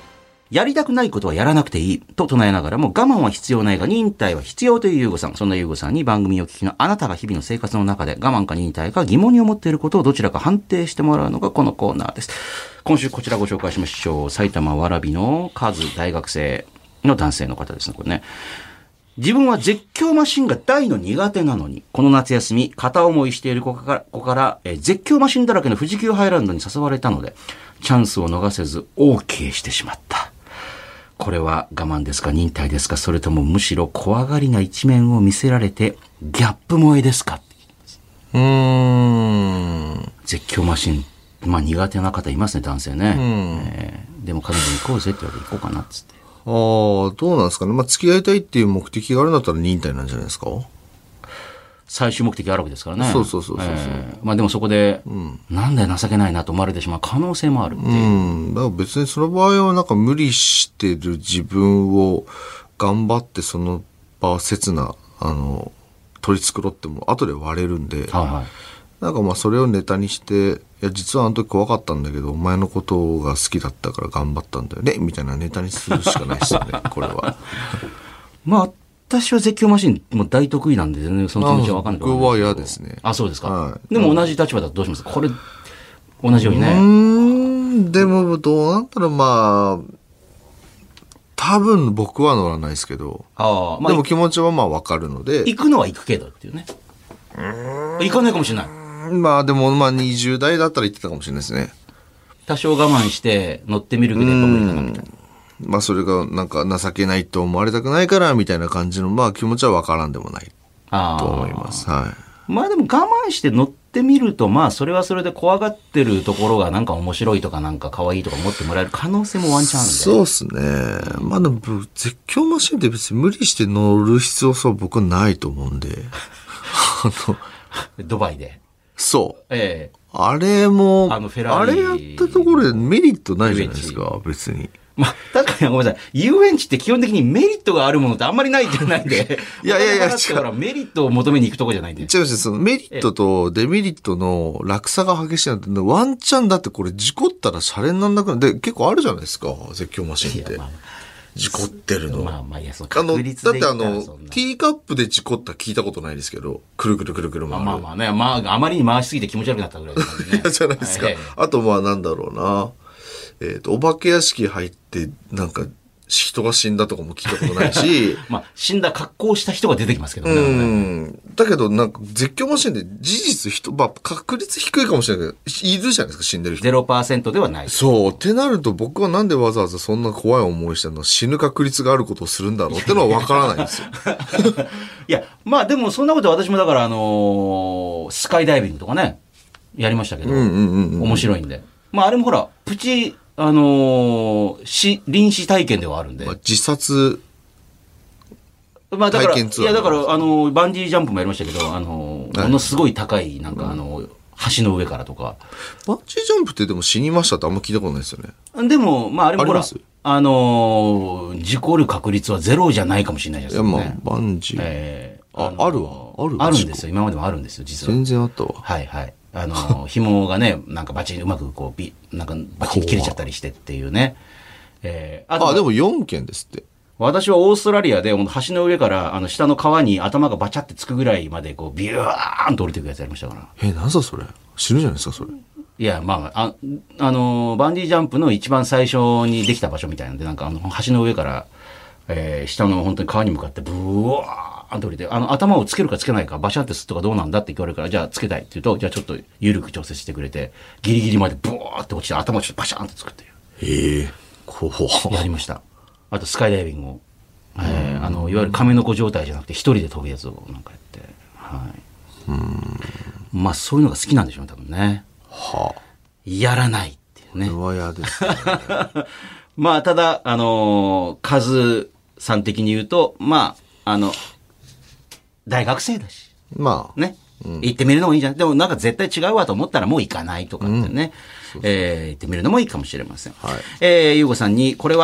やりたくないことはやらなくていいと唱えながらも、我慢は必要ないが忍耐は必要というゆうごさん。そんなゆうごさんに番組を聞きのあなたが日々の生活の中で我慢か忍耐か疑問に思っていることをどちらか判定してもらうのがこのコーナーです。今週こちらご紹介しましょう。埼玉蕨のカズ大学生の男性の方ですね、これね。自分は絶叫マシンが大の苦手なのに、この夏休み、片思いしている子から、子からえ絶叫マシンだらけの富士急ハイランドに誘われたので、チャンスを逃せず OK してしまった。これは我慢ですか、忍耐ですか、それともむしろ怖がりな一面を見せられて、ギャップ萌えですか。 うーん。 絶叫マシン、まあ苦手な方いますね、男性ね。えー、でも彼女に行こうぜって言われて行こうかなっつって。 ああ、どうなんですかね。まあ、付き合いたいっていう目的があるんだったら忍耐なんじゃないですか。 最終目的があるわけですからね。 そうそうそうそうそう、 えー。まあでもそこで、うん、なんだよ情けないなと思われてしまう可能性もあるっていう。 うん。だから別にその場合はなんか無理してる自分を頑張ってその場を切な、あの、取り繕っても後で割れるんで、はいはい、なんかまあそれをネタにして、いや実はあの時怖かったんだけどお前のことが好きだったから頑張ったんだよねみたいなネタにするしかないですよねこれは。 まあ私は絶叫マシンも大得意なんで全然その気持ちは分かんない。 僕は嫌ですね。 あ、そうですか。はい、でも同じ立場だとどうしますか。これ同じようにね。 うーん、でもどうなったらまあ多分僕は乗らないですけど、あ、まあ、でも気持ちはまあ分かるので。 行くのは行くけどっていうね。うーん、行かないかもしれない。 まあでもまあにじゅう代だったら言ってたかもしれないですね。 多少我慢して乗ってみるけどやっぱ無理かなみたいな。 まあそれがなんか情けないと思われたくないからみたいな感じのまあ気持ちはわからんでもないと思います。はい。 まあでも我慢して乗ってみるとまあそれはそれで怖がってるところがなんか面白いとかなんか可愛いとか思ってもらえる可能性もワンチャンあるんで。 そうですね。まあでも絶叫マシンって別に無理して乗る必要さは僕はないと思うんで。 あのドバイで。 そう。 ええ。 あれも、 あのフェラーリあれやったところでメリットないじゃないですか、別に。 まあ、確かにごめんなさい。遊園地って基本的にメリットがあるものってあんまりないじゃないんで。 いやいやいや、 だからメリットを求めに行くとこじゃないんで。 違う違う、そのメリットとデメリットの落差が激しいなんて、ワンチャンだってこれ事故ったらシャレになんなくなる。で、結構あるじゃないですか、絶叫マシンって。まあ事故ってるの。 まあまあいや、その確率でだってあの、ティーカップで事故った聞いたことないですけど、くるくるくるくる回る。 まあまあね、まあ、あまりに回しすぎて気持ち悪くなったぐらいですね。 いや、じゃないですか。はい、あとまあなんだろうな。えっと、お化け屋敷入って、なんか、人が死んだとかも聞いたことないし。 まあ、死んだ格好した人が出てきますけどね。 うん。だけど、なんか、絶叫マシンで事実人、まあ、確率低いかもしれないけど、いるじゃないですか、死んでる人。 ゼロパーセント ではない。 そう。ってなると、僕はなんでわざわざそんな怖い思いしてるの死ぬ確率があることをするんだろうってのはわからないんですよ。 いや、まあでも、そんなこと私もだから、あのー、スカイダイビングとかね、やりましたけど、面白いんで。まあ、あれもほら、プチ、あのー、し、臨死体験ではあるんで。まあ、 自殺、 まあだから、いやだから、あの、バンジージャンプもやりましたけど、あの、はい、ものすごい高い、なんかあの、橋の上からとか。 バンジージャンプってでも死にましたってあんま聞いたことないですよね。 でも、まああれもほら、あ, あの、事故る確率はゼロじゃないかもしれないじゃないですか、ね。 いや、まあ、バンジー。 えー、あ、あるわ。あるあるんですよ。今までもあるんですよ、実は。 全然あったわ。 はいはい。あの、紐がね、なんかバチンうまくこう、ビ、なんかバチン切れちゃったりしてっていうね。えー、あ, あ、でもよんけんですって。 私はオーストラリアで、橋の上から、あの、下の川に頭がバチャってつくぐらいまで、こう、ビューンと降りていくやつやりましたから。 え、なんだそれ死ぬじゃないですか、それ。 いや、まあ、あ、あの、バンジージャンプの一番最初にできた場所みたいなんで、なんかあの、橋の上から、えー、下の本当に川に向かって、ブワーンと降りて、あの、頭をつけるかつけないか、バシャンってすっとかどうなんだって言われるから、じゃあつけたいって言うと、じゃあちょっと緩く調節してくれて、ギリギリまでブワーって落ちて、頭をちょっとバシャンってつくっていう。 へえ、こう。 やりました。あとスカイダイビングを、えー、あのいわゆる亀の子状態じゃなくて一人で飛ぶやつをなんかやって、はい、うんまあそういうのが好きなんでしょうね多分ね。はあ、やらないっていうね。 うわやですね。 まあただあのー、カズさん的に言うとまああの大学生だしまあね、うん、行ってみるのもいいじゃん。でもなんか絶対違うわと思ったらもう行かないとかってね、うん、そうそうえー、行ってみるのもいいかもしれません。はい、えー、ゆうごさんにこれは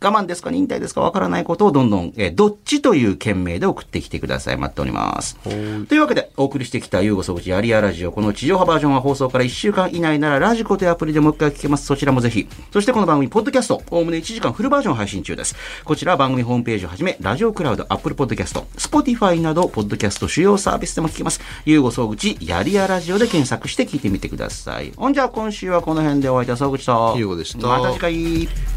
我慢ですか忍耐ですかわからないことをどんどん、えー、どっちという件名で送ってきてください。待っております。というわけで、お送りしてきたゆうご総口やりやラジオ、この地上波バージョンは放送からいっしゅうかん以内ならラジコというアプリでもう一回聞けます。そちらもぜひ。そしてこの番組、ポッドキャスト、おおむねいちじかんフルバージョン配信中です。こちらは番組ホームページをはじめ、ラジオクラウド、アップルポッドキャスト、スポティファイなど、ポッドキャスト主要サービスでも聞けます。ゆうご総口やりやラジオで検索して聞いてみてください。ほんじゃあ今週はこの辺でお会いいた総口と、 ゆうごでした。 また次回。